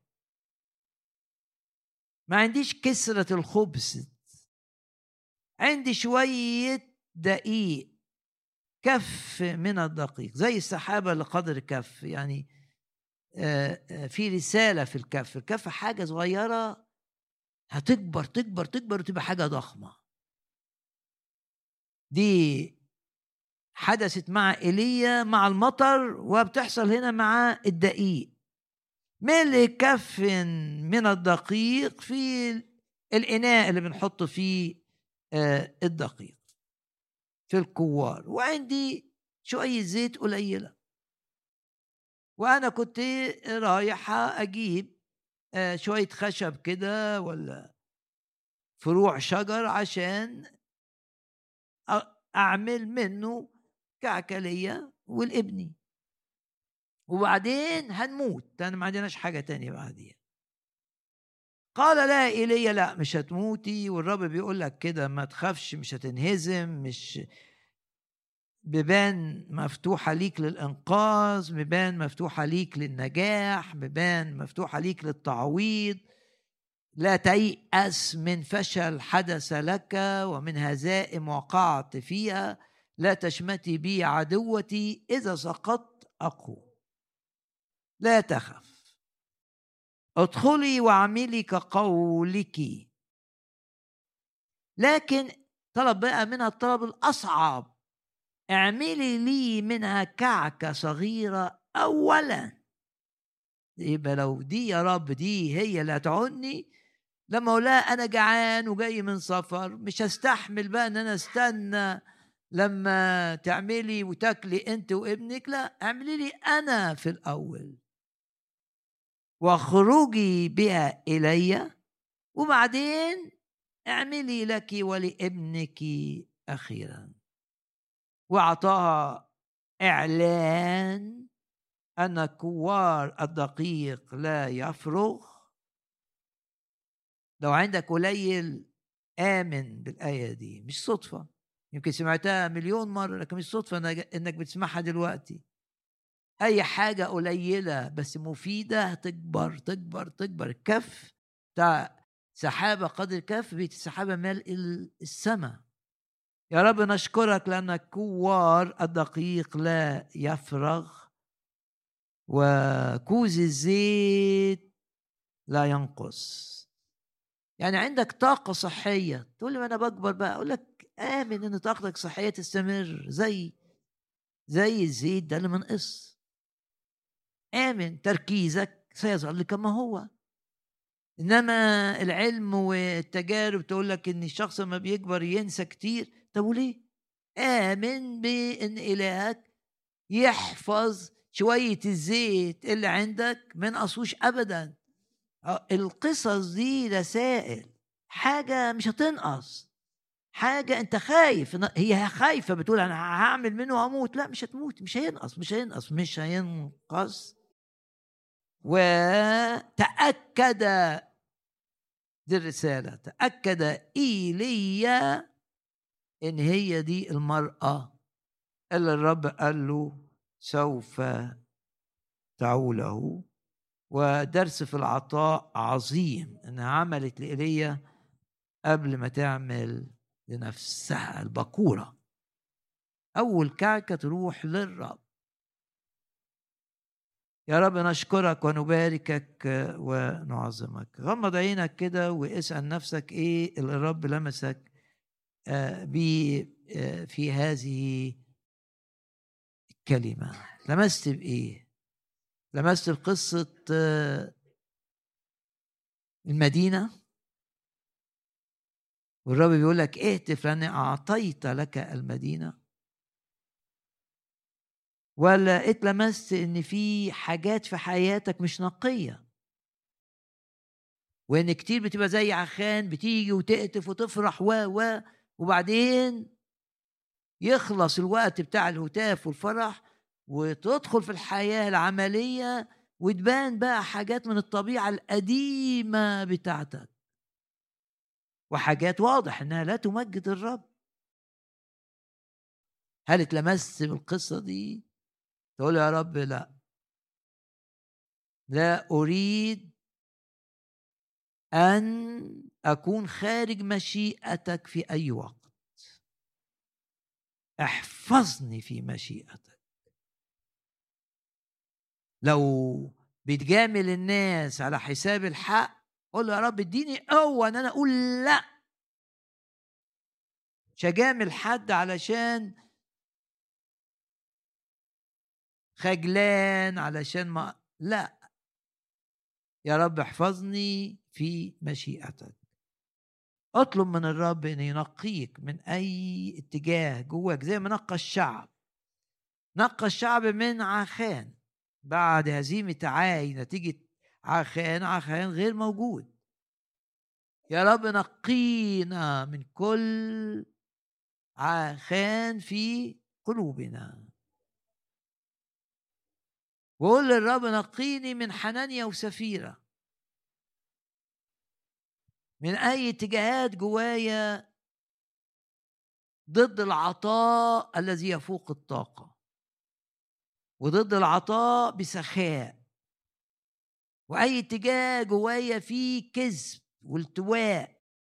Speaker 1: ما عنديش كسرة الخبز، عندي شوية دقيق، كف من الدقيق زي السحابة لقدر كف. يعني في رسالة في الكف. الكف حاجة صغيرة هتكبر تكبر تكبر وتبقى حاجة ضخمة. دي حدثت مع إيليا مع المطر، وبتحصل هنا مع الدقيق. ملء كف من الدقيق في الإناء اللي بنحط فيه الدقيق في الكوار، وعندي شوية زيت قليلة. وأنا كنت رايحة أجيب شوية خشب كده ولا فروع شجر عشان أعمل منه كعكلية والابني، وبعدين هنموت، أنا ما عندناش حاجة تانية بعدين. قال لا إيليا لا مش هتموتي، والرب بيقول لك كده ما تخافش، مش هتنهزم، مش بيبان مفتوحة ليك للإنقاذ، بيبان مفتوحة ليك للنجاح، بيبان مفتوحة ليك للتعويض. لا تيأس من فشل حدث لك ومن هزائم وقعت فيها. لا تشمتي بي عدوتي، إذا سقطت أقوم. لا تخف، ادخلي واعملي كقولك. لكن طلب بقى منها الطلب الأصعب: اعملي لي منها كعكة صغيرة أولا. يبقى لو دي يا رب دي هي اللي هتعني، لما اقول لها انا جعان وجاي من سفر، مش هستحمل بقى ان انا استنى لما تعملي وتاكلي انت وابنك. لا، اعملي لي انا في الاول، واخرجي بها الي، وبعدين اعملي لك ولابنك اخيرا. واعطاها اعلان ان كوار الدقيق لا يفرغ. لو عندك قليل آمن بالآية دي، مش صدفة. يمكن سمعتها مليون مرة، لكن مش صدفة إنك بتسمعها دلوقتي. أي حاجة قليلة بس مفيدة تكبر تكبر تكبر. الكف بتاع سحابة قدر الكف، بيت السحابة ملء السماء. يا رب نشكرك لأنك كوار الدقيق لا يفرغ، وكوز الزيت لا ينقص. يعني عندك طاقة صحية. تقول لي ما أنا بكبر بقى. أقول لك آمن إن طاقتك صحية تستمر زي زي الزيت ده اللي منقص. آمن تركيزك سيظل كما هو. إنما العلم والتجارب تقول لك إن الشخص لما بيكبر ينسى كتير. طب وليه؟ آمن بإن إلهك يحفظ شوية الزيت اللي عندك ما ينقصوش أبدا. القصص دي رسائل، حاجة مش هتنقص، حاجة انت خايف. هي خايفة بتقول انا هعمل منه واموت. لا، مش هتموت، مش هينقص مش هينقص مش هينقص. وتأكد، دي الرسالة، تأكد إيليا ان هي دي المرأة اللي الرب قال له سوف تعوله. ودرس في العطاء عظيم انها عملت لإيليا قبل ما تعمل لنفسها. البكورة أول كعكة تروح للرب. يا رب نشكرك ونباركك ونعظمك. غمض عينك كده واسأل نفسك ايه اللي الرب لمسك بيه في هذه الكلمة. لمست بإيه؟ لمست بقصة المدينة، والرب بيقول لك اهتف لأني أعطيت لك المدينة؟ ولا اتلمست ان في حاجات في حياتك مش نقية، وان كتير بتبقى زي عخان بتيجي وتقتف وتفرح و و وبعدين يخلص الوقت بتاع الهتاف والفرح وتدخل في الحياة العملية وتبان بقى حاجات من الطبيعة القديمة بتاعتك، وحاجات واضح انها لا تمجد الرب. هل اتلمست بالقصة دي؟ تقول يا رب لا لا أريد أن أكون خارج مشيئتك في أي وقت. احفظني في مشيئتك. لو بتجامل الناس على حساب الحق، قول له يا رب اديني قوة أن أنا أقول لا. مش هجامل حد علشان خجلان، علشان ما لا. يا رب احفظني في مشيئتك. اطلب من الرب ان ينقيك من اي اتجاه جواك، زي ما نقى الشعب. نقى الشعب من عخان بعد هزيمة عاي نتيجة عخان. عخان غير موجود. يا رب نقينا من كل عخان في قلوبنا. وقول للرب نقيني من حنانيا وسفيرة، من أي اتجاهات جوايا ضد العطاء الذي يفوق الطاقة، وضد العطاء بسخاء، وأي اتجاه جوايا فيه كذب والتواء.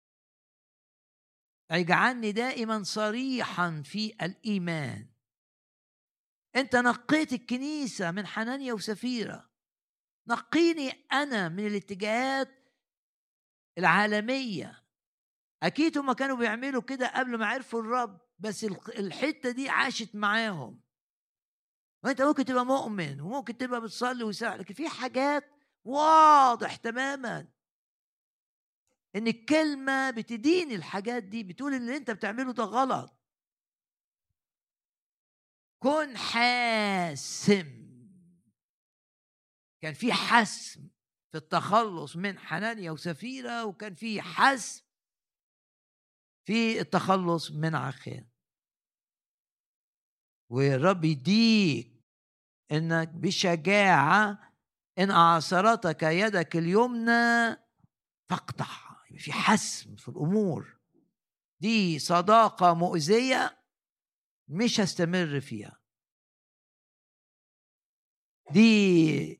Speaker 1: اجعلني دائما صريحا في الإيمان. انت نقيت الكنيسة من حنانيا وسفيرة، نقيني أنا من الاتجاهات العالمية. أكيد هم كانوا بيعملوا كده قبل ما عرفوا الرب، بس الحتة دي عاشت معاهم. وانت ممكن تبقى مؤمن وممكن تبقى بتصلي وساعة، لكن في حاجات واضح تماما ان الكلمة بتدين الحاجات دي، بتقول ان اللي انت بتعمله ده غلط. كن حاسم. كان في حسم في التخلص من حنانيا وسفيرة، وكان في حسم في التخلص من عخان. والرب يديك انك بشجاعة ان اعصرتك يدك اليمنى فاقطع. في حسم في الامور دي. صداقة مؤذية مش هستمر فيها. دي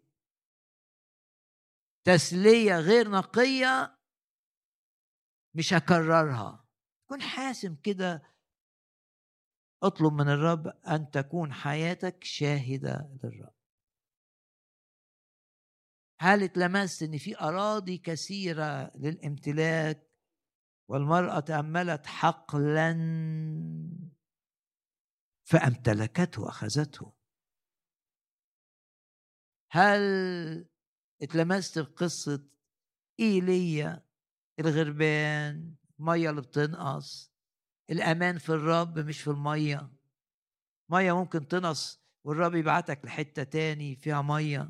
Speaker 1: تسلية غير نقية مش هكررها. كن حاسم كده. اطلب من الرب أن تكون حياتك شاهدة للرب. هل اتلمست ان في أراضي كثيرة للامتلاك والمرأة تأملت حقلا فامتلكته وأخذته؟ هل اتلمست بقصة إيليا الغربان، مية اللي بتنقص؟ الأمان في الرب مش في المية. مية ممكن تنقص والرب يبعتك لحتة تاني فيها مية.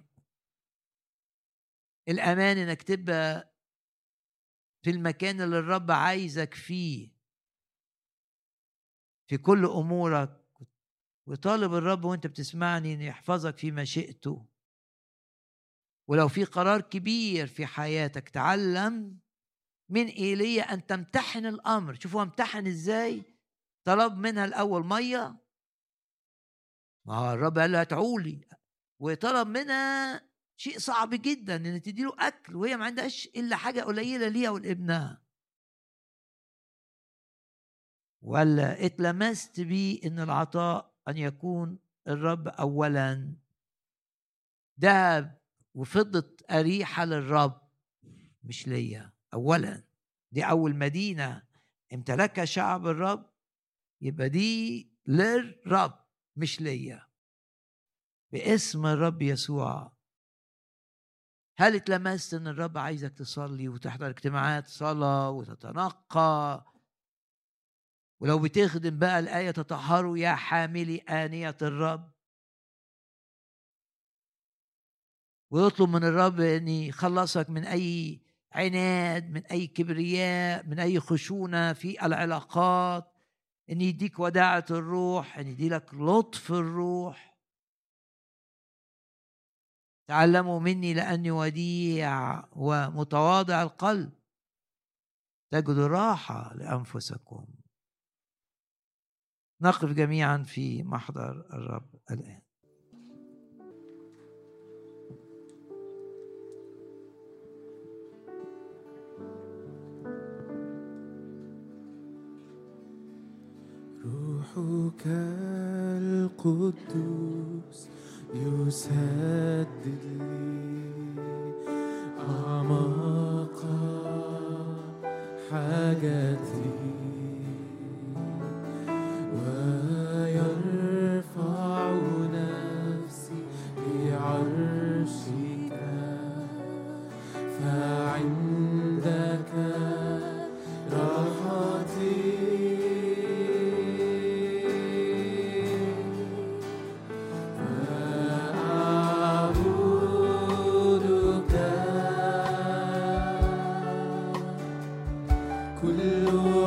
Speaker 1: الأمان إنك تبقى في المكان اللي الرب عايزك فيه في كل أمورك، وطالب الرب وانت بتسمعني إن يحفظك في مشيئته. ولو في قرار كبير في حياتك تعلم من إيليا أن تمتحن الأمر. شوفوا امتحن إزاي. طلب منها الأول مية، ما الرب قال له هتعولي، وطلب منها شيء صعب جدا ان تديله اكل وهي ما عندهاش الا حاجه قليله ليها ولابنها. ولا اتلمست بي ان العطاء ان يكون الرب اولا. ذهب وفضة أريحة للرب مش ليا اولا. دي اول مدينه امتلكها شعب الرب، يبقى دي للرب مش ليا. باسم الرب يسوع. هل اتلمست ان الرب عايزك تصلي وتحضر اجتماعات صلاة وتتنقى؟ ولو بتخدم بقى الآية تطهروا يا حاملي آنية الرب، ويطلب من الرب ان يخلصك من اي عناد، من اي كبرياء، من اي خشونة في العلاقات، ان يديك وداعة الروح، ان يديلك لطف الروح. تعلموا مني لأني وديع ومتواضع القلب تجدوا راحة لأنفسكم. نقف جميعا في محضر الرب الآن.
Speaker 2: روحك القدوس يسدد لي أعماق حاجتي ويرفع نفسي بعرشك، فعندك راحتي. كل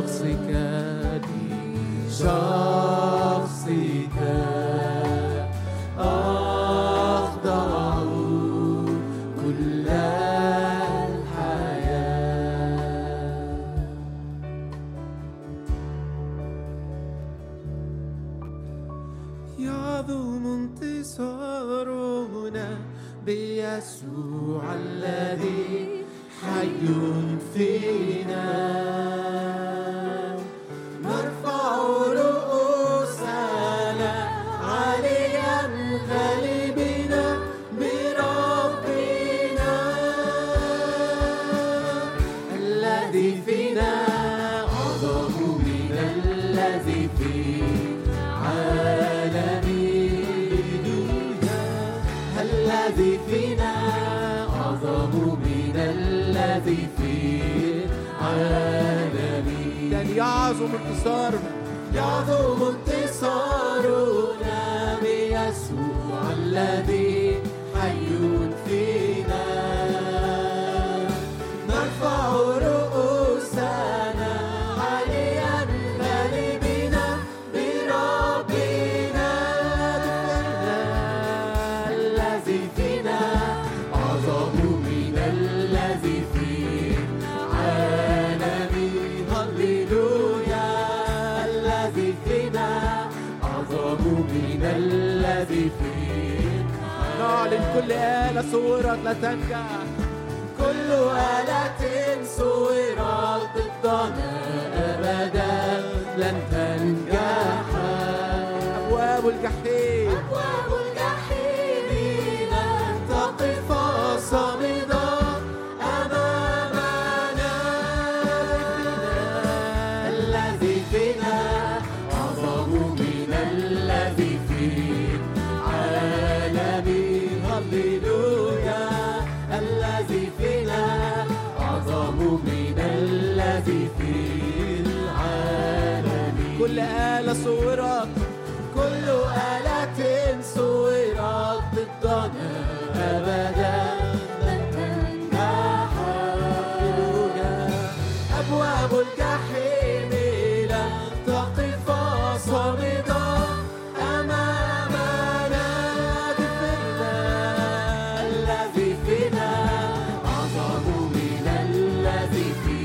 Speaker 2: شخصك لشخصك أخضع كل الحياة. يعظم انتصارنا بيسوع الذي حي فينا. نرفع رؤوسنا عاليا غالبين بربنا الذي فينا أعظم من الذي في عالمنا. الذي فينا أعظم من الذي في عالمي. يعني يعظم انتصارنا يعظم انتصارنا بيسوع الذي حي فينا. نرفع رؤوسنا عاليا غالبين بربنا الذي فينا أعظم من الذي في عالمي. هللويا الذي فينا أعظم من الذي في. نعلن كل آلة صورت لا تنجح. كل آلة صورت ضدنا أبدا لن تنجح. أبواب الجحيم أبواب الجحيم لن تقف صامدة أمامنا. الذي فينا أعظم من الذي في عالمي. هللويا الذي فينا أعظم من الذي في العالم. كل آلة صورت كل آلة صورت ضدنا أبدا لن تنجح. أبواب الجحيم لن تقف صامدة أمامنا. دفنا الذي فينا أعظم من الذي في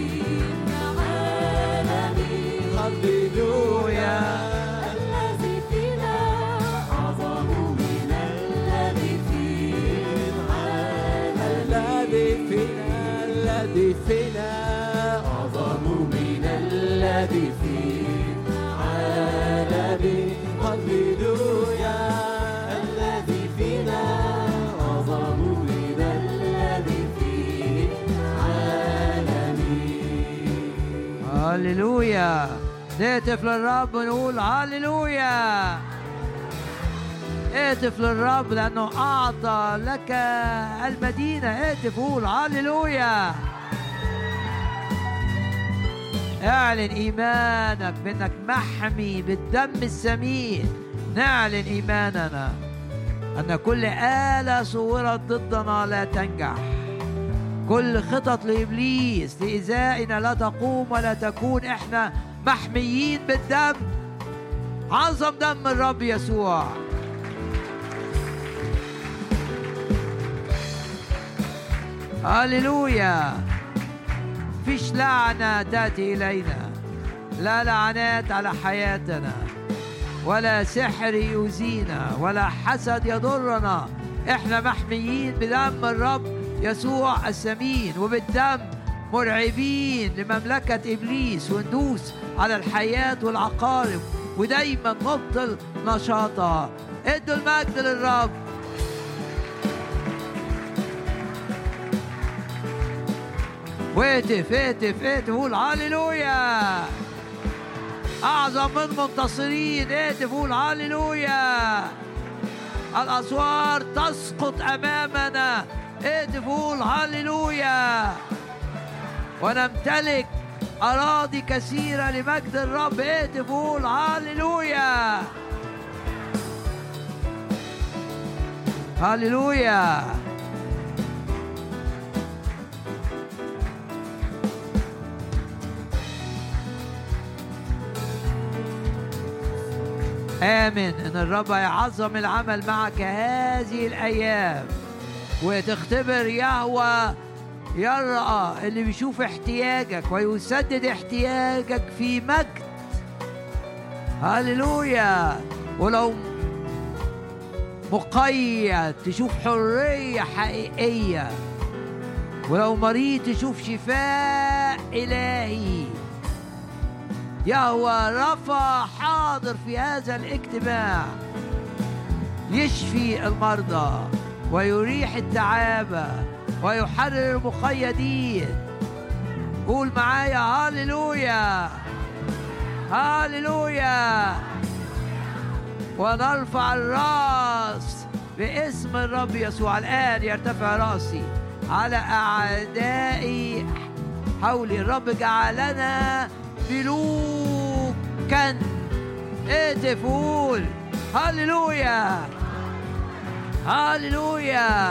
Speaker 2: عالمي. هللويا الذي فينا أعظم من الذي في العالم. الذي فينا الذي فينا أعظم من الذي في عالمي. هللويا الذي فينا أعظم من الذي في عالمي.
Speaker 1: هللويا. نهتف للرب ونقول هللويا. اهتف للرب لأنه أعطى لك المدينة. اهتف وقول هللويا. اعلن إيمانك بأنك محمي بالدم الثمين. نعلن إيماننا أن كل آلة صورت ضدنا لا تنجح. كل خطط لإبليس لإيذائنا لا تقوم ولا تكون. إحنا محميين بالدم. عظم دم الرب يسوع. هللويا. فيش لعنة تأتي إلينا. لا لعنات على حياتنا ولا سحر يؤذينا ولا حسد يضرنا. احنا محميين بدم الرب يسوع الثمين وبالدم مرعبين لمملكة إبليس وندوس على الحياة والعقارب ودايما نبطل نشاطها. ادوا المجد للرب. واهتف اهتف اهتف قول هللويا. أعظم من منتصرين. اهتف قول هللويا. الأسوار تسقط أمامنا. اهتف قول هللويا. ونمتلك أراضي كثيرة لمجد الرب. اهتف قول هللويا. هللويا. آمن إن الرب يعظم العمل معك هذه الأيام، وتختبر يهوه يرأى اللي بيشوف احتياجك ويسدد احتياجك في مجد. هاليلويا. ولو مقيد تشوف حرية حقيقية، ولو مريض تشوف شفاء إلهي. يهوه رفع حاضر في هذا الاجتماع، يشفي المرضى ويريح التعابة ويحرر المقيدين. قول معايا هاليلويا هاليلويا. ونرفع الرأس باسم الرب يسوع. الآن يرتفع رأسي على أعدائي حولي. الرب جعلنا ملوكا. اهتف قول هاليلويا هاليلويا.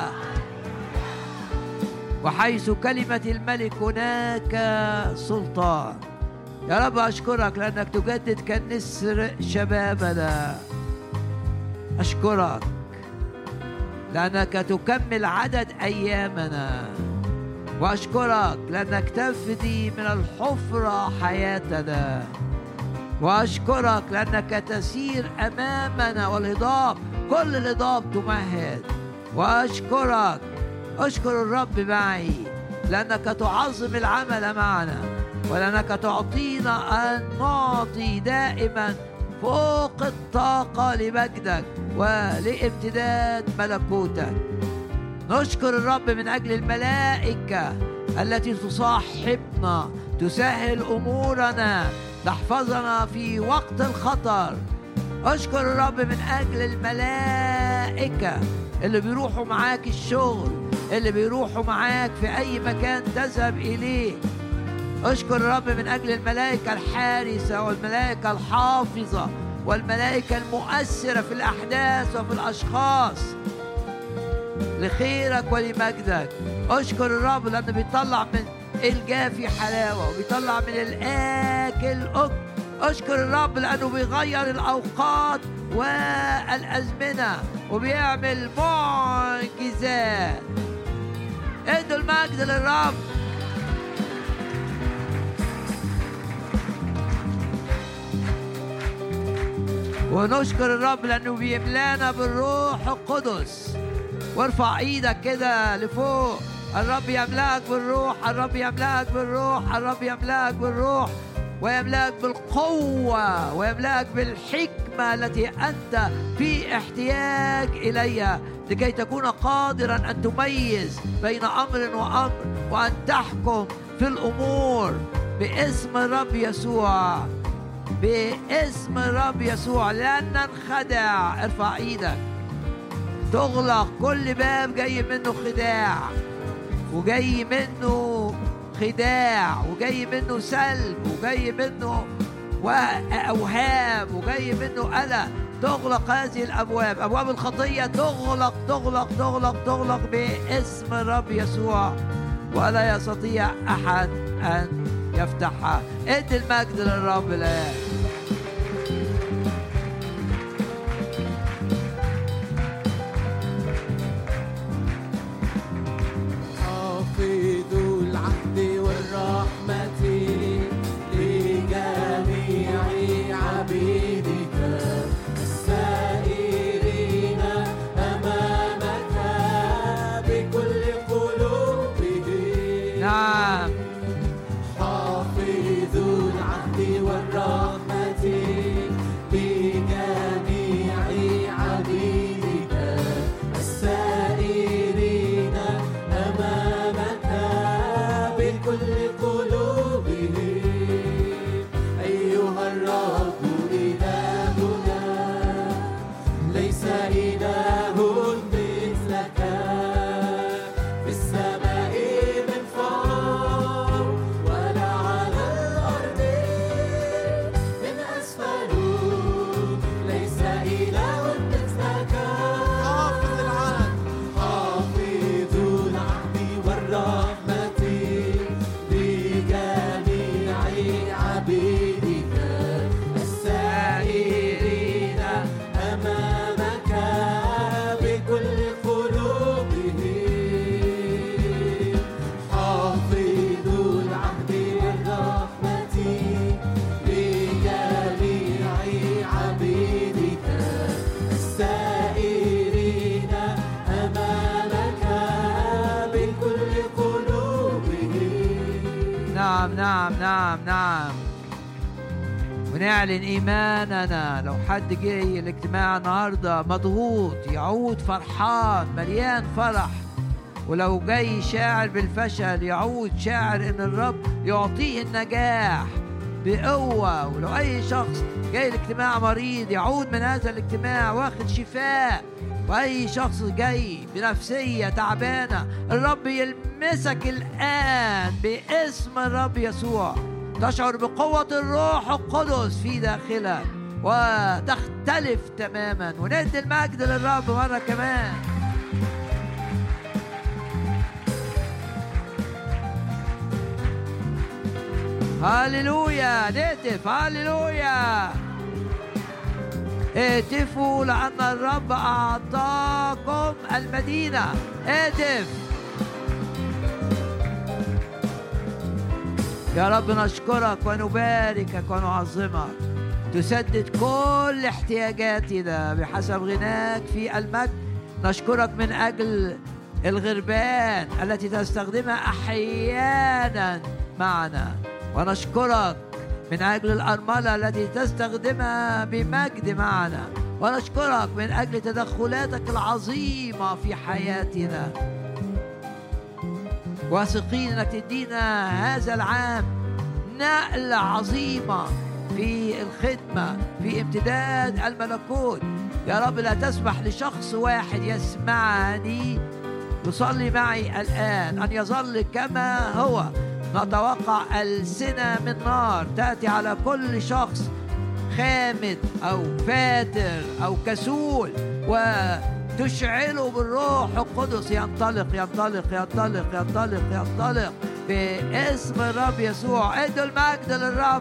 Speaker 1: وحيث كلمة الملك هناك سلطان. يا رب أشكرك لأنك تجدد كالنسر شبابنا. أشكرك لأنك تكمل عدد أيامنا، وأشكرك لأنك تفدي من الحفرة حياتنا، وأشكرك لأنك تسير أمامنا والهضاب كل الهضاب تمهد. وأشكرك أشكر الرب معي لأنك تعظم العمل معنا، ولأنك تعطينا أن نعطي دائما فوق الطاقة لمجدك ولامتداد ملكوتك. نشكر الرب من أجل الملائكة التي تصاحبنا، تسهل أمورنا، تحفظنا في وقت الخطر. أشكر الرب من أجل الملائكة اللي بيروحوا معاك الشغل، اللي بيروحوا معاك في أي مكان تذهب إليه. أشكر الرب من أجل الملائكة الحارسة والملائكة الحافظة والملائكة المؤثرة في الأحداث وفي الأشخاص لخيرك ولمجدك. أشكر الرب لأنه بيطلع من الجافي حلاوة وبيطلع من الآكل أكل. أشكر الرب لأنه بيغير الأوقات والأزمنة وبيعمل معجزات. ادوا المجد للرب. ونشكر الرب لأنه بيملانا بالروح القدس. وارفع ايدك كده لفوق. الرب يملأك بالروح، الرب يملأك بالروح، الرب يملأك بالروح، ويملأك بالقوة، ويملأك بالحكمة التي أنت في احتياج إليها، لكي تكون قادرا أن تميز بين أمر وأمر، وأن تحكم في الأمور باسم الرب يسوع. باسم الرب يسوع لن ننخدع. ارفع ايدك. تغلق كل باب جاي منه خداع، وجاي منه خداع، وجاي منه سلب، وجاي منه أوهام، وجاي منه قلق. تغلق هذه الأبواب، أبواب الخطية تغلق تغلق تغلق تغلق باسم الرب يسوع، ولا يستطيع أحد أن يفتحها. ادي المجد للرب الآن.
Speaker 2: حافظوا العهد والرحمة لجميع عبيدك السائرين أمامك بكل قلوبهم.
Speaker 1: نعم.
Speaker 2: حافظوا العهد والرحمة لجميع عبيدك السائرين أمامك بكل قلوبهم. أيها الرب إلهنا ليس إله مثلك في السماء من فوق ولا على الأرض من أسفل. ليس إله مثلك. حافظ العهد حافظ العهد والرحمة لجميع عبيدك السائرين
Speaker 1: نعم نعم نعم نعم. ونعلن إيماننا. لو حد جاي الاجتماع النهاردة مضغوط يعود فرحان مليان فرح، ولو جاي شاعر بالفشل يعود شاعر إن الرب يعطيه النجاح بقوة. ولو أي شخص جاي الاجتماع مريض يعود من هذا الاجتماع واخد شفاء. وأي شخص جاي بنفسية تعبانة الرب يلمسك الآن باسم الرب يسوع. تشعر بقوة الروح القدس في داخلك وتختلف تماما. وندي المجد للرب مرة كمان. هاليلويا. نهتف هاليلويا. اهتفوا لأن الرب أعطاكم المدينة. اهتف. يا رب نشكرك ونباركك ونعظمك. تسدد كل احتياجاتنا بحسب غناك في المجد. نشكرك من أجل الغربان التي تستخدمها أحيانا معنا، ونشكرك من أجل الأرملة التي تستخدمها بمجد معنا، ونشكرك من أجل تدخلاتك العظيمة في حياتنا. واثقين أنك تدينا هذا العام نقلة عظيمة في الخدمة في امتداد الملكوت. يا رب لا تسمح لشخص واحد يسمعني يصلي معي الآن أن يظل كما هو. نتوقع ألسنة من نار تأتي على كل شخص خامد أو فاتر أو كسول، وتشعله بالروح القدس. ينطلق ينطلق ينطلق ينطلق ينطلق باسم الرب يسوع. ادوا المجد للرب.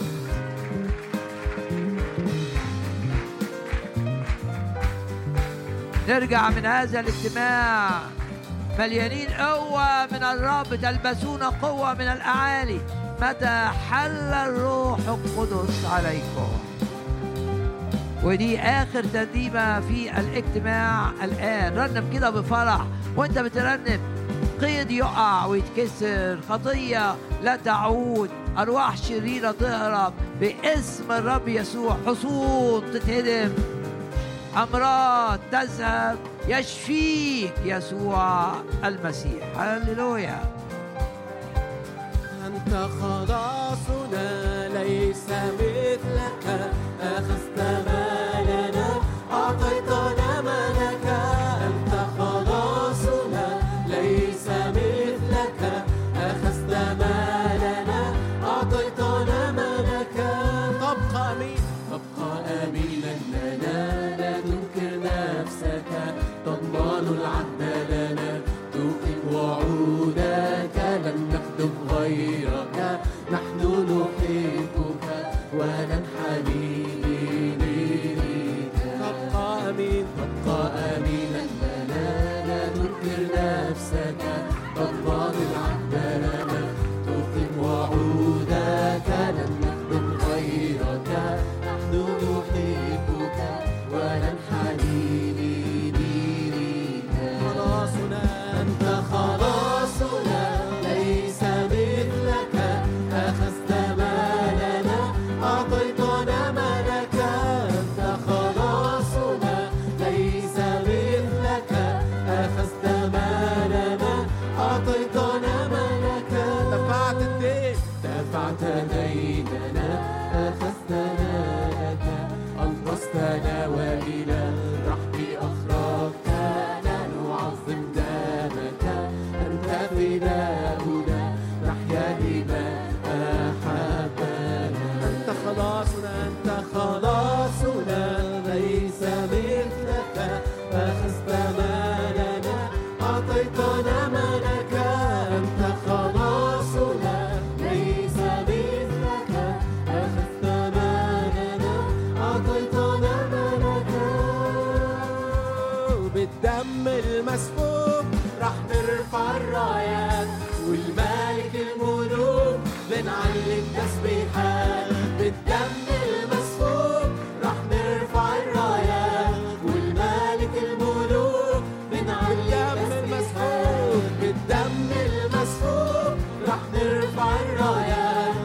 Speaker 1: نرجع من هذا الاجتماع مليانين قوة من الرب. تلبسون قوة من الأعالي متى حل الروح القدس عليكم. ودي آخر ترنيمة في الاجتماع الآن. رنم كده بفرح وانت بترنم. قيد يقع ويتكسر، خطية لا تعود، أرواح شريرة تهرب باسم الرب يسوع. حصون تتهدم، أمراض تذهب، يشفيك يسوع المسيح. هللويا.
Speaker 2: أنت خلاصنا ليس مثلك، أخذت مالنا أعطيتنا ملكا. أنت خلاصنا ليس مثلك، أخذت مالنا أعطيتنا ملكا. تبقى أمين تبقى أمينا لنا، لا تنكر نفسك، تضمن العهد لنا، توقف وعودك، لن نخدم غيرك، نحن نحبك وننحني إليك. تبقى أمين تبقى أمينا لنا، لا تنكر نفسك، تضمن العهد لنا، توقف وعودك، لن نخدم غيرك، نحن نحبك وننحني إليك. خلاصنا أنت خلاصنا ليس مثلك، أخذت مالنا أعطيتنا ملكا. أنت خلاصنا ليس مثلك، أخذت مالنا أعطيتنا ملكا. دفعت الدين دفعت ديننا، أخذتنا لك، أنقذتنا وإلى رحب أخرجتنا، نعظم دمك، أنت فداؤنا، نحيا لمن أحبنا. أنت خلاصنا أنت خلاصنا ليس مثلك، أخذت مالنا أعطيتنا ملكا. أنت خلاصنا ليس مثلك، أخذت مالنا أعطيتنا ملكا. بالدم المسفوك رح نرفع الرايات، والملك الملوك بنعلي التسبيحات. بالدم المسفوك رح نرفع الرايات، والملك الملوك بنعلي التسبيحات. بالدم المسفوك رح نرفع الرايات،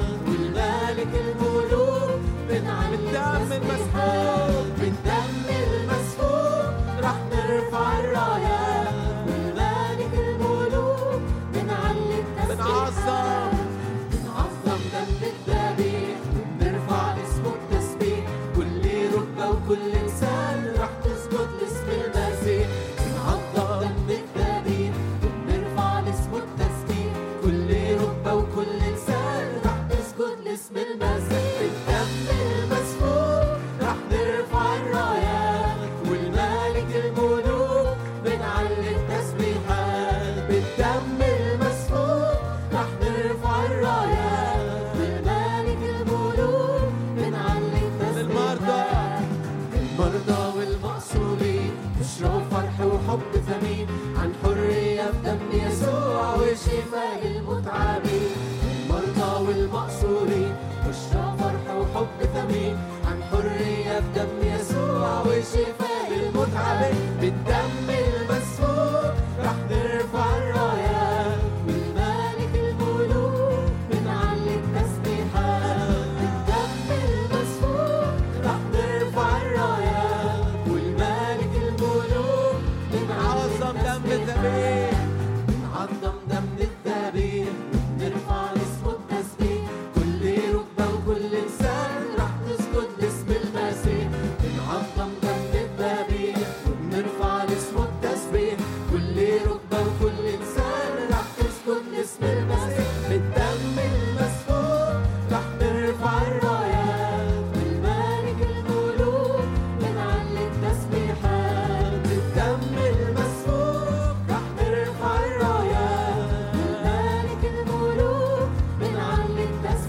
Speaker 2: بنعظم بنعظم دم الذبيح وبنرفع اسمه التسبيح كل ركبة وكل لسان راح تسجد لاسم المسيح بنعظم دم الذبيح وبنرفع اسمه التسبيح كل ركبة وكل لسان راح تسجد لاسم المسيح بالدم المسفوك راح نرفع الرايات والملك الملوك بنعلي التسبيحات بالدم المسفوك راح نرفع الرايات والملك الملوك بنعلي التسبيحات المرضى والمقصورين بشروا فرح وحب ثمين عن حرية بدم يسوع وشفاء المتعبين المرضى والمقصورين بشروا فرح وحب ثمين عن حرية بدم يسوع وشفاء المتعبين بالدم المسفوك راح نرفع الرايات والملك الملوك بنعلي التسبيحات بالدم المسفوك راح نرفع الرايات والملك الملوك بنعظم دم الذبيح بنعظم دم الذبيح بنرفع اسمه التسبيح كل ركبة وكل لسان راح تسجد لاسم المسيح بنعظم دم الذبيح وبنرفع اسمه التسبيح كل ركبة وكل لسان راح تسجد لاسم المسيح بالدم المسفوك راح نرفع الرايات والملك الملوك بنعلي التسبيحات بالدم المسفوك راح نرفع الرايات والملك الملوك بنعلي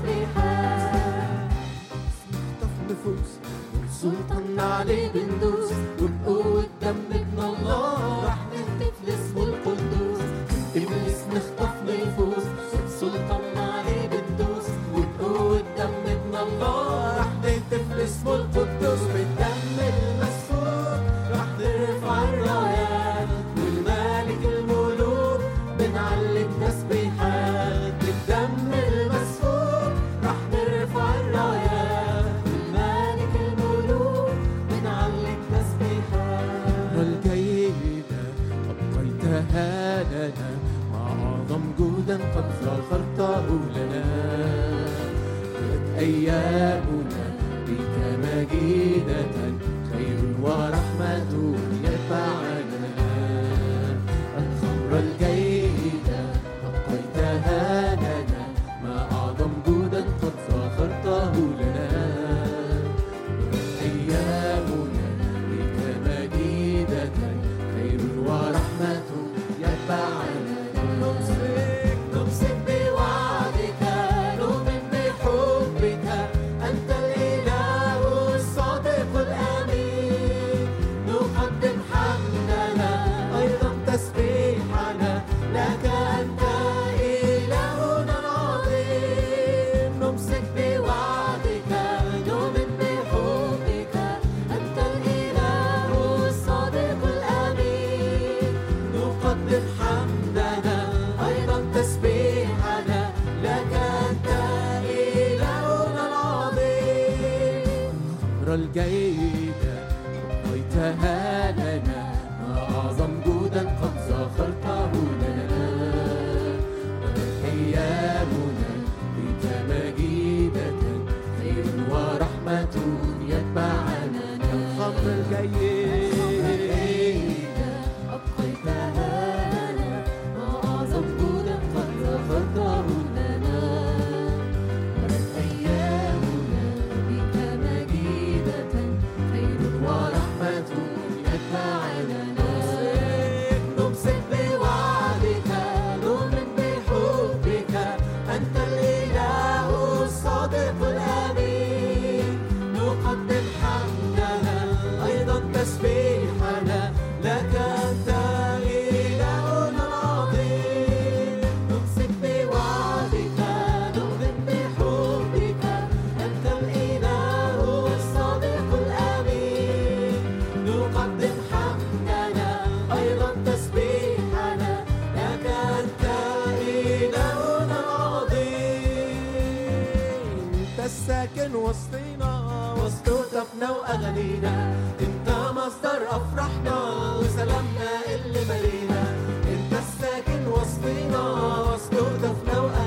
Speaker 2: التسبيحات نخطف نفوس والسلطان عليه بندوس وبقوة دم ابن الله راح نهتف لاسمه القدوس إبليس نخطف نفوس والسلطان عليه بندوس وبقوة دم ابن الله راح نهتف لاسمه القدوس بالدم المسفوك راح نرفع الرايات والملك الملوك بنعلي التسبيحات بالدم المسفوك راح نرفع الرايات والملك الملوك بنعلي التسبيحات والجيدة أبقيتها لنا مع أعظم جودا قد ذكرته لنا كانت أيامنا بك مجيدة خير ورحمة يتبعنا الخمر الجيدة أبقيتها لنا مع أعظم جودا قد ذكرته لنا أيامنا بك مجيدة خير ورحمة يتبعنا نمسك نمسك بوعدك نؤمن بحبك أنت الإله الصادق الأمين نقدم حمدنا أيضا تسبيحنا لك أنت إلهنا العظيم نمسك بوعدك نؤمن بحبك أنت الإله الصادق الأمين نقدم حمدنا أيضا تسبيحنا لك أنت إلهنا العظيم الخمر الجيدة أعطيتها لنا ما أعظم جودا قد ذكرته لنا أيامنا بك مجيدة خير ورحمة يتبعنا الخمر الجيدة أبقيتها لنا ما أعظم جودا قد ذكرته لنا أيامنا بك مجيدة خير ورحمة يتبعنا نمسك بوعدك نؤمن بحبك أنت الإله الصادق الأمين نقدم حمدنا أيضا تسبيحنا لك أنت إلهنا العظيم نمسك بوعدك نؤمن بحبك أنت الإله الصادق الأمين نقدم حمدنا أيضا تسبيحنا لك أنت إلهنا العظيم أنت الساكن وسطينا وسط هتافنا وأغانينا أنت مصدر أفراحنا وسلامنا اللي ملينا أنت الساكن وسطينا وسط هتافنا وأغانينا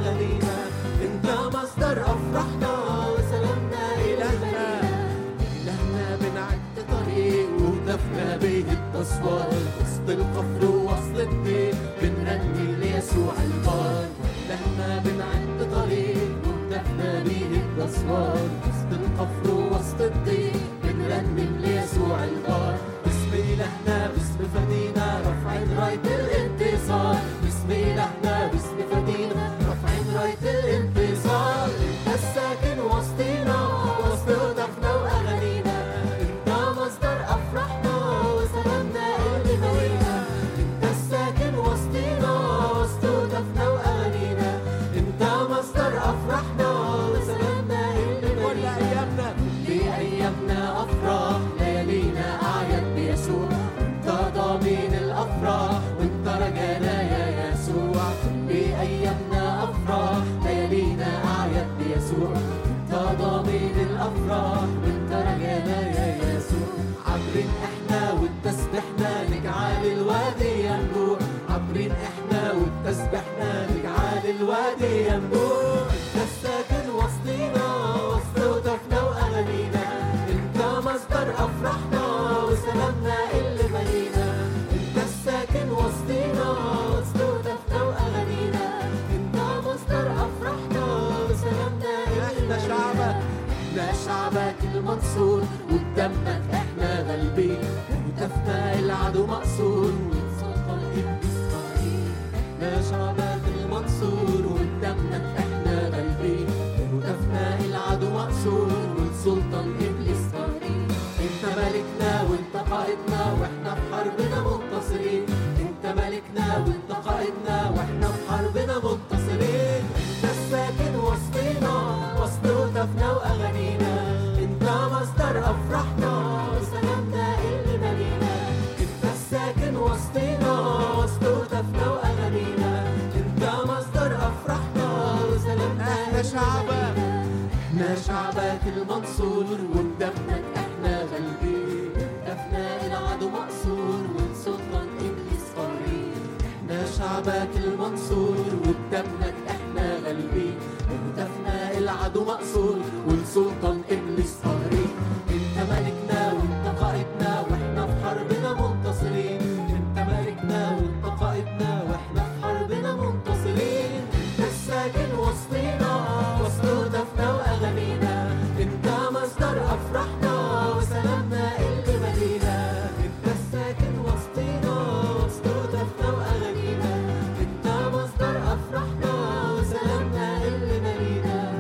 Speaker 2: وادي ينبوع. انت الساكن وسطينا وسط هتافنا واغانينا، انت مصدر افراحنا وسلامنا اللي مالينا. انت الساكن وسطينا وسط هتافنا واغانينا، انت مصدر افراحنا وسلامنا اللي
Speaker 1: احنا شعبك،
Speaker 2: احنا شعبك المنصور وبدمك احنا غالبين. هتافنا العدو مقصور والسلطان ابليس قهرين. احنا شعبك المنصور وبدمك احنا غالبين. هتافنا العدو مقصور والسلطان ابليس قهرين. انت ملكنا وانت قائدنا واحنا في حربنا منتصرين. انت ملكنا وانت قائدنا واحنا في حربنا منتصرين. انت الساكن وسطينا وسط هتافنا واغانينا، انت مصدر افراحنا وسلامنا اللي مالينا. انت الساكن وسطينا وسط هتافنا واغانينا، انت مصدر افراحنا وسلامنا.
Speaker 1: احنا شعبك،
Speaker 2: احنا شعبك المنصور وبدمك احنا غالبين. هتافنا العدو مقصور والسلطان ابليس قهرين. احنا شعبك المنصور وبدمك احنا غالبين. هتافنا العدو مقصور والسلطان ابليس قهرين. انت ملكنا وانت قائدنا واحنا في حربنا منتصرين. انت ملكنا وانت قائدنا واحنا في حربنا منتصرين. انت الساكن وسطينا وسط هتافنا واغانينا، انت مصدر افراحنا وسلامنا اللي مالينا. انت الساكن وسطينا وسط هتافنا واغانينا، انت مصدر افراحنا وسلامنا اللي مالينا.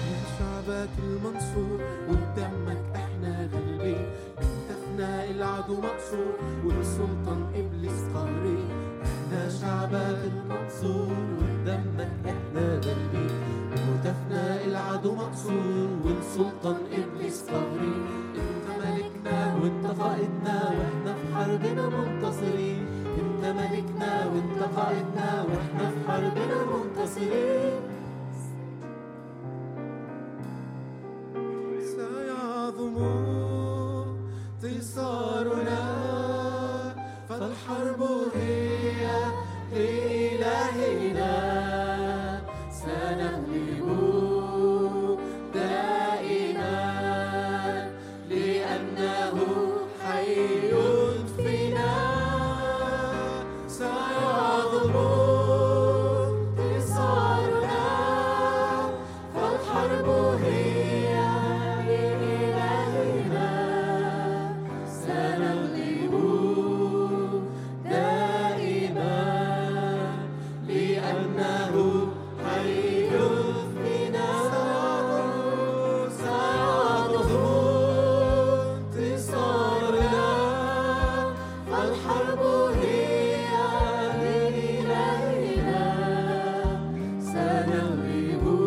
Speaker 2: شعبك المنصور وبدمك احنا غالبين. هتافنا العدو مقصور والسلطان ابليس قهرين. احنا شعبك المنصور وبدمك احنا غالبين. هتافنا العدو مقصور والسلطان ابليس قهرين. انت ملكنا وانت قائدنا واحنا في حربنا منتصرين. انت ملكنا وانت قائدنا واحنا في حربنا منتصرين. سيعظم انتصارنا فالحرب هي لإلهنا. سنغلب دائما لأنه حي فينا. سيعظم انتصارنا فالحرب هي لإلهنا. سنغلب دائما لأنه حي فينا. سيعظم انتصارنا فالحرب هي لإلهنا. سنغلب